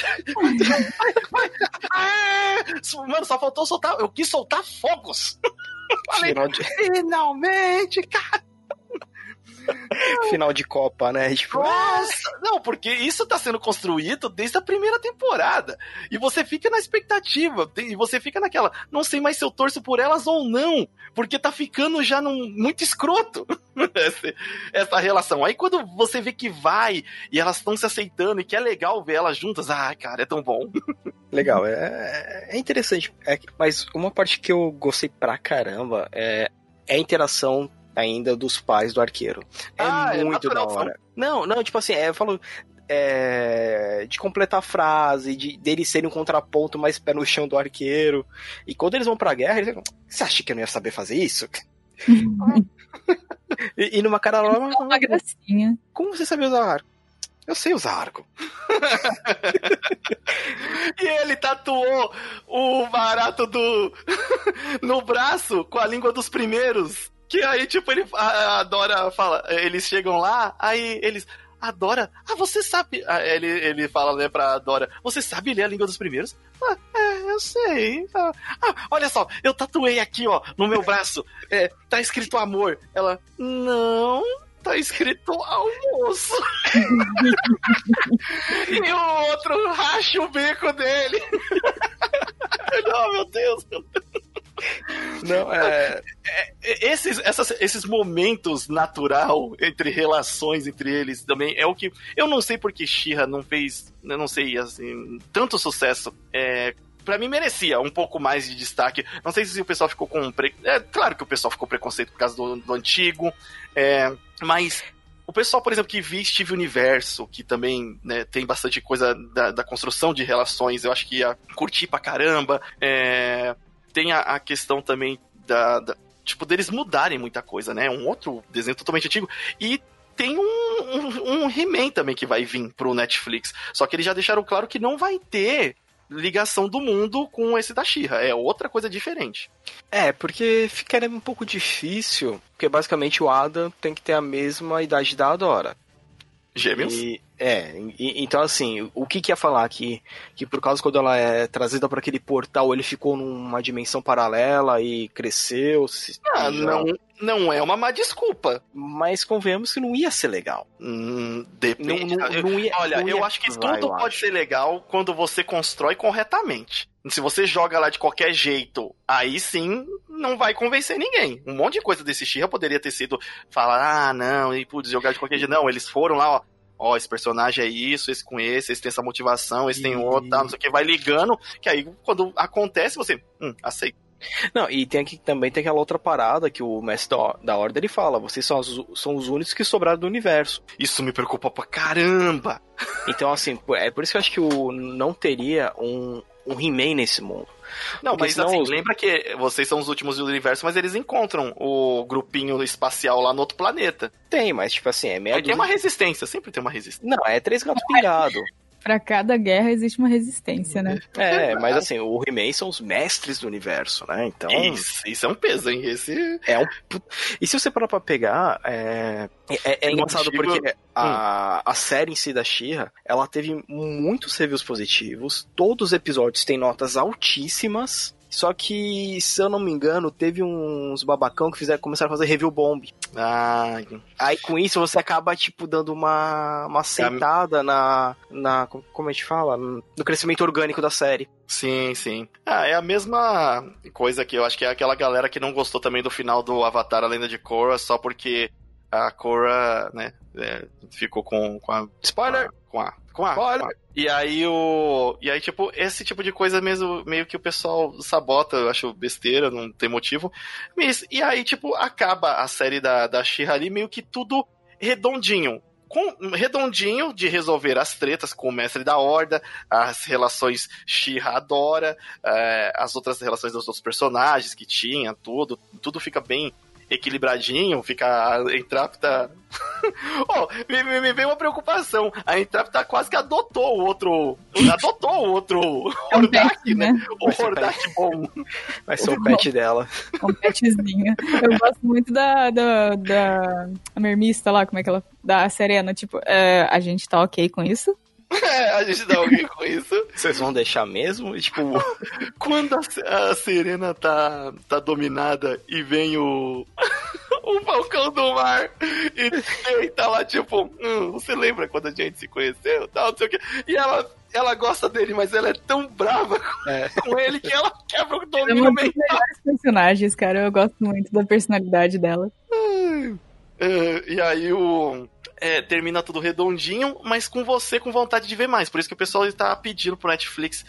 Mano, só faltou soltar, eu quis soltar fogos. Falei, finalmente, cara. Final de Copa, né? Tipo... Nossa! Não, porque isso tá sendo construído desde a primeira temporada. E você fica na expectativa. E você fica naquela, não sei mais se eu torço por elas ou não. Porque tá ficando já muito escroto essa relação. Aí quando você vê que vai e elas estão se aceitando e que é legal ver elas juntas, cara, é tão bom. Legal, é interessante. Mas uma parte que eu gostei pra caramba é a interação ainda dos pais do arqueiro. É muito da hora. Não, tipo assim, eu falo de completar a frase, deles serem um contraponto mais pé no chão do arqueiro. E quando eles vão pra guerra, eles falam, você acha que eu não ia saber fazer isso? e numa cara lá, uma gracinha. Como você sabe usar arco? Eu sei usar arco. E ele tatuou o barato no braço com a língua dos primeiros. Que aí, tipo, a Dora fala, eles chegam lá, aí eles, a Dora, você sabe, ele fala, né, pra Dora, você sabe ler a língua dos primeiros? Eu sei. Olha só, eu tatuei aqui, ó, no meu braço, tá escrito amor. Ela, não, tá escrito almoço. E o outro racha o bico dele. Oh, meu Deus. Não, esses momentos natural entre relações entre eles também é o que eu não sei porque She-Ra não fez, eu não sei, assim, tanto sucesso. Pra mim merecia um pouco mais de destaque. Não sei se o pessoal ficou com claro que o pessoal ficou preconceito por causa do antigo, mas o pessoal, por exemplo, que viu Steve Universo, que também, né, tem bastante coisa da construção de relações, eu acho que ia curtir pra caramba. Tem a questão também tipo, deles mudarem muita coisa, né? Um outro desenho totalmente antigo. E tem um He-Man também que vai vir pro Netflix. Só que eles já deixaram claro que não vai ter ligação do mundo com esse da She-Ra. É outra coisa diferente. Porque ficaria um pouco difícil, porque basicamente o Adam tem que ter a mesma idade da Adora. Gêmeos? Então assim, o que ia falar aqui? Que por causa quando ela é trazida para aquele portal, ele ficou numa dimensão paralela e cresceu. Não é uma má desculpa. Mas convenhamos que não ia ser legal. Depende. Eu acho que tudo pode ser legal quando você constrói corretamente. Se você joga lá de qualquer jeito, aí sim não vai convencer ninguém. Um monte de coisa desse She-Ra poderia ter sido falar, não, e putz, jogar de qualquer jeito. Não, eles foram lá, ó, esse personagem é isso, esse com esse tem essa motivação, esse tem outro, não sei o que, vai ligando, que aí quando acontece você, aceita. Não, e também tem aquela outra parada que o mestre da Ordem ele fala, vocês são os únicos que sobraram do universo. Isso me preocupa pra caramba! Então, assim, é por isso que eu acho que não teria um He-Man nesse mundo. Não, porque mas assim, lembra que vocês são os últimos do universo, mas eles encontram o grupinho espacial lá no outro planeta. Tem, mas tipo assim, é meio... Tem uma resistência, sempre tem uma resistência. Não, é 3 gatos pingados. Pra cada guerra existe uma resistência, né? Mas assim, o He-Man são os mestres do universo, né? Então... Isso é um peso, hein? E se você parar pra pegar, é engraçado porque a série em si da She-Ra, ela teve muitos reviews positivos, todos os episódios têm notas altíssimas, só que, se eu não me engano, teve uns babacão que começaram a fazer review bomb. Aí com isso você acaba, tipo, dando uma aceitada como a gente fala? No crescimento orgânico da série. Sim, sim. É a mesma coisa que eu acho que é aquela galera que não gostou também do final do Avatar, a Lenda de Korra, só porque a Korra, né, ficou com a... Spoiler! Com a Spoiler! E aí, tipo, esse tipo de coisa mesmo, meio que o pessoal sabota, eu acho besteira, não tem motivo. E aí, tipo, acaba a série da She-Ra ali meio que tudo redondinho. Redondinho de resolver as tretas com o mestre da Horda, as relações She-Ra-Dora, as outras relações dos outros personagens que tinha, tudo fica bem equilibradinho, fica a Entrap tá... me veio uma preocupação. A Entrap tá quase que adotou o outro Hordak, né? O Hordak bom. Vai ser o pet dela. Um petzinho. Eu gosto muito da a mermista lá, como é que ela... Da Serena, tipo, a gente tá ok com isso? A gente tá ok com isso. Vocês vão deixar mesmo? E, tipo, quando a Serena tá dominada e vem o Falcão do Mar e tá lá, tipo, você lembra quando a gente se conheceu? Tal, não sei o quê. E ela gosta dele, mas ela é tão brava com ele que ela quebra o domínio mental. Melhores personagens, cara. Eu gosto muito da personalidade dela. E aí termina tudo redondinho, mas com você com vontade de ver mais. Por isso que o pessoal está pedindo pro Netflix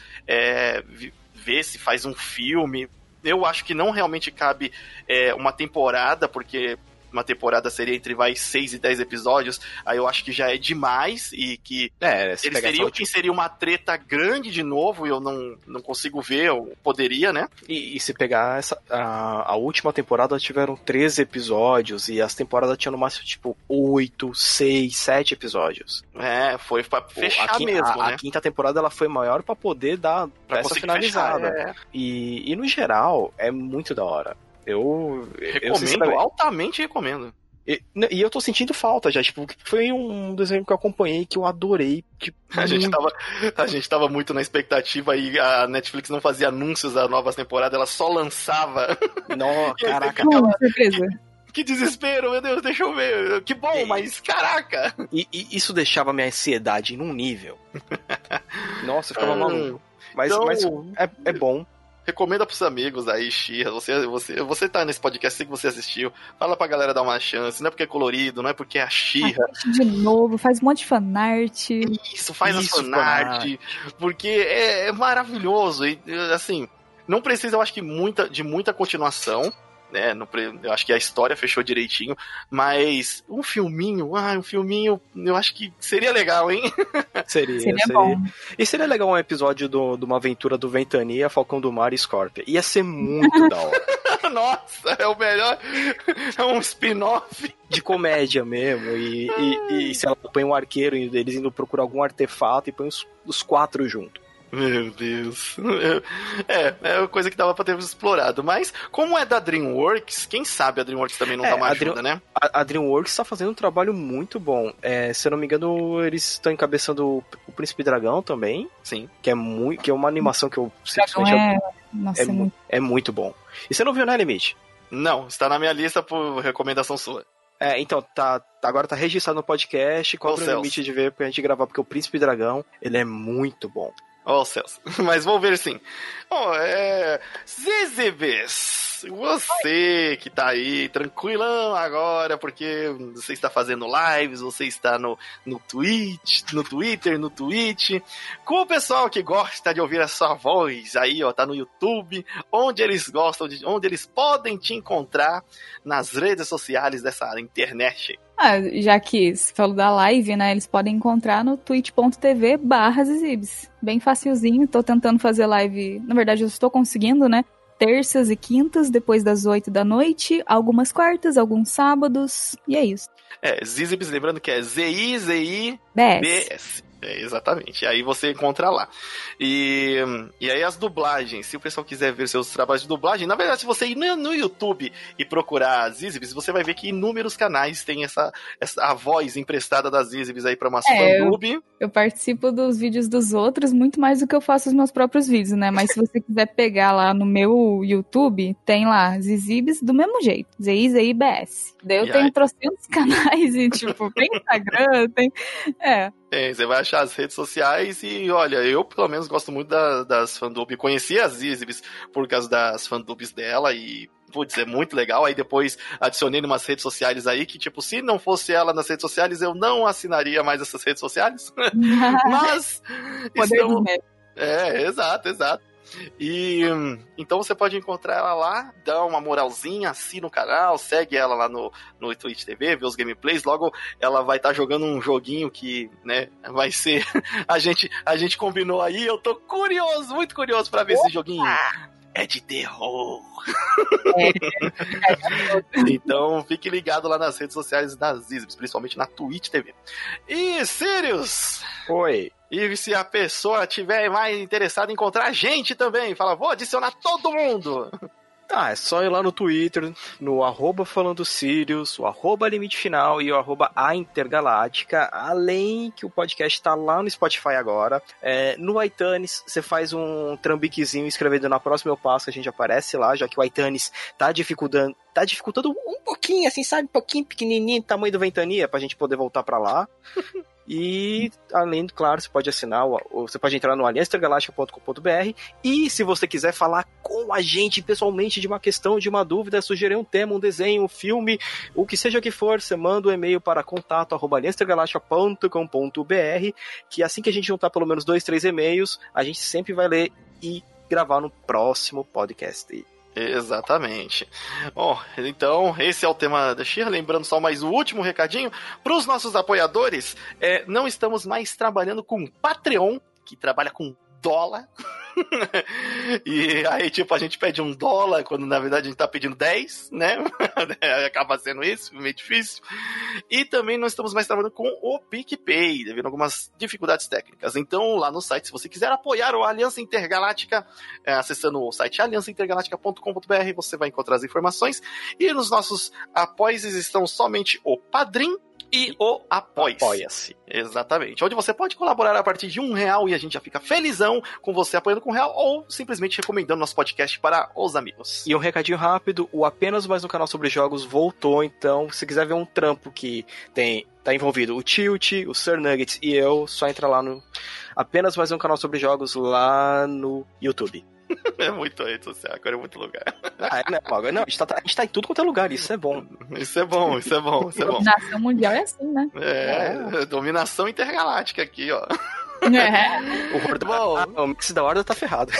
ver se faz um filme. Eu acho que não realmente cabe uma temporada, porque uma temporada seria entre 6 e 10 episódios, aí eu acho que já é demais, e que eles teriam que inserir uma treta grande de novo, e eu não consigo ver, eu poderia, né? E se pegar a última temporada, tiveram 13 episódios, e as temporadas tinham no máximo, tipo, 8, 6, 7 episódios. Foi pra fechar mesmo, né? A quinta temporada, ela foi maior pra poder dar essa finalizada. Fechar, e no geral, é muito da hora. Eu altamente recomendo. E eu tô sentindo falta já, tipo, foi um desenho que eu acompanhei que eu adorei. Tipo, a gente tava muito na expectativa e a Netflix não fazia anúncios das novas temporadas, ela só lançava. Não, caraca. Surpresa. Que desespero, meu Deus, deixa eu ver. Que bom, mas caraca. E isso deixava minha ansiedade num nível. Nossa, eu ficava maluco. Mas é bom. Recomenda pros amigos aí, She-Ra. Você tá nesse podcast, sei que você assistiu. Fala pra galera dar uma chance. Não é porque é colorido, não é porque é a She-Ra. Assiste de novo, faz um monte de fanart. Isso, faz a fanart. Porque é maravilhoso. E, assim, não precisa, eu acho que, de muita continuação. Né, eu acho que a história fechou direitinho, mas um filminho, eu acho que seria legal, hein? Seria bom. E seria legal um episódio de uma aventura do Ventania, Falcão do Mar e Scorpion. Ia ser muito da hora. Nossa, é o melhor. É um spin-off. De comédia mesmo. E se ela põe um arqueiro, eles indo procurar algum artefato e põe os 4 juntos. Meu Deus. É coisa que dava pra ter explorado. Mas, como é da DreamWorks, quem sabe a DreamWorks também não dá uma ajuda, né? A DreamWorks tá fazendo um trabalho muito bom. Se eu não me engano, eles estão encabeçando o Príncipe Dragão também. Sim. Que é uma animação que eu simplesmente... É muito bom. E você não viu, né, Limite? Não, está na minha lista por recomendação sua. Então, agora tá registrado no podcast. Qual é o limite de ver pra gente gravar? Porque o Príncipe Dragão, ele é muito bom. Céus. Mas vou ver sim. Zizibis, você que tá aí tranquilão agora, porque você está fazendo lives, você está no Twitch, no Twitter, no Twitch, com o pessoal que gosta de ouvir a sua voz aí, tá no YouTube, onde eles gostam, onde eles podem te encontrar nas redes sociais dessa internet. Já que você falou da live, né, eles podem encontrar no twitch.tv/zizibs. Bem facilzinho, tô tentando fazer live, na verdade eu estou conseguindo, né, terças e quintas, depois das 8 da noite, algumas quartas, alguns sábados, e é isso. Zizibs, lembrando que é ZIZIBS. Exatamente, aí você encontra lá. E aí as dublagens, se o pessoal quiser ver seus trabalhos de dublagem, na verdade, se você ir no YouTube e procurar Zizibs, você vai ver que inúmeros canais tem a voz emprestada das Zizibs aí pra umas fandub. Eu participo dos vídeos dos outros muito mais do que eu faço os meus próprios vídeos, né? Mas se você quiser pegar lá no meu YouTube, tem lá Zizibs do mesmo jeito, ZIZIBS. Daí eu tenho trocentos canais e tipo, tem Instagram, tem... Você vai achar as redes sociais e, olha, eu pelo menos gosto muito das fandubs. Conheci as Zizibs por causa das fandubs dela e, putz, é muito legal. Aí depois adicionei umas redes sociais aí que, tipo, se não fosse ela nas redes sociais, eu não assinaria mais essas redes sociais. Mas... Exato. E então você pode encontrar ela lá, dá uma moralzinha, assina o canal, segue ela lá no Twitch TV, vê os gameplays. Logo ela vai estar jogando um joguinho que, né, vai ser a gente combinou aí. Eu tô muito curioso pra ver esse joguinho. é de terror. Então fique ligado lá nas redes sociais das Zizbs, principalmente na Twitch TV. E Sirius! Oi. E se a pessoa tiver mais interessada em encontrar a gente também, fala, vou adicionar todo mundo. É só ir lá no Twitter, no @falando_Sirius, o @limite final e o @aintergaláctica, além que o podcast tá lá no Spotify agora. No iTunes, você faz um trambiquezinho escrevendo na próxima eu passo, que a gente aparece lá, já que o iTunes tá dificultando um pouquinho, assim, sabe? Um pouquinho pequenininho, tamanho do Ventania, pra gente poder voltar pra lá. E, além, claro, você pode assinar, você pode entrar no aliançaintergaláctica.com.br e, se você quiser falar com a gente pessoalmente de uma questão, de uma dúvida, sugerir um tema, um desenho, um filme, o que seja que for, você manda um e-mail para contato@aliançaintergaláctica.com.br, que assim que a gente juntar pelo menos 2, 3 e-mails, a gente sempre vai ler e gravar no próximo podcast. Exatamente. Bom, então esse é o tema da She-Ra. Lembrando só mais o último recadinho para os nossos apoiadores. Não estamos mais trabalhando com Patreon, que trabalha com dólar. E aí, tipo, a gente pede $1 quando na verdade a gente tá pedindo 10, né? Acaba sendo isso, meio difícil. E também não estamos mais trabalhando com o PicPay, devido a algumas dificuldades técnicas. Então, lá no site, se você quiser apoiar o Aliança Intergaláctica, acessando o site aliançaintergaláctica.com.br, você vai encontrar as informações. E nos nossos apoios estão somente o Padrim e o Apoia-se. Exatamente. Onde você pode colaborar a partir de R$1 e a gente já fica felizão com você apoiando com R$1 ou simplesmente recomendando nosso podcast para os amigos. E um recadinho rápido, o Apenas Mais um Canal sobre Jogos voltou, então se quiser ver um trampo que tá envolvido o Tilt, o Sir Nuggets e eu, só entra lá no Apenas Mais um Canal sobre Jogos lá no YouTube. É muito rede social, agora é muito lugar. Não, a gente tá em tudo quanto é lugar, isso é bom. Isso é bom. Dominação mundial é assim, né? Dominação intergaláctica aqui, ó. O mix da Horda tá ferrado.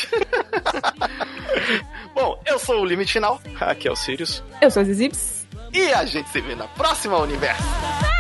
Bom, eu sou o Limite Final. Aqui é o Sirius. Eu sou a Zizibs. E a gente se vê na próxima Universo.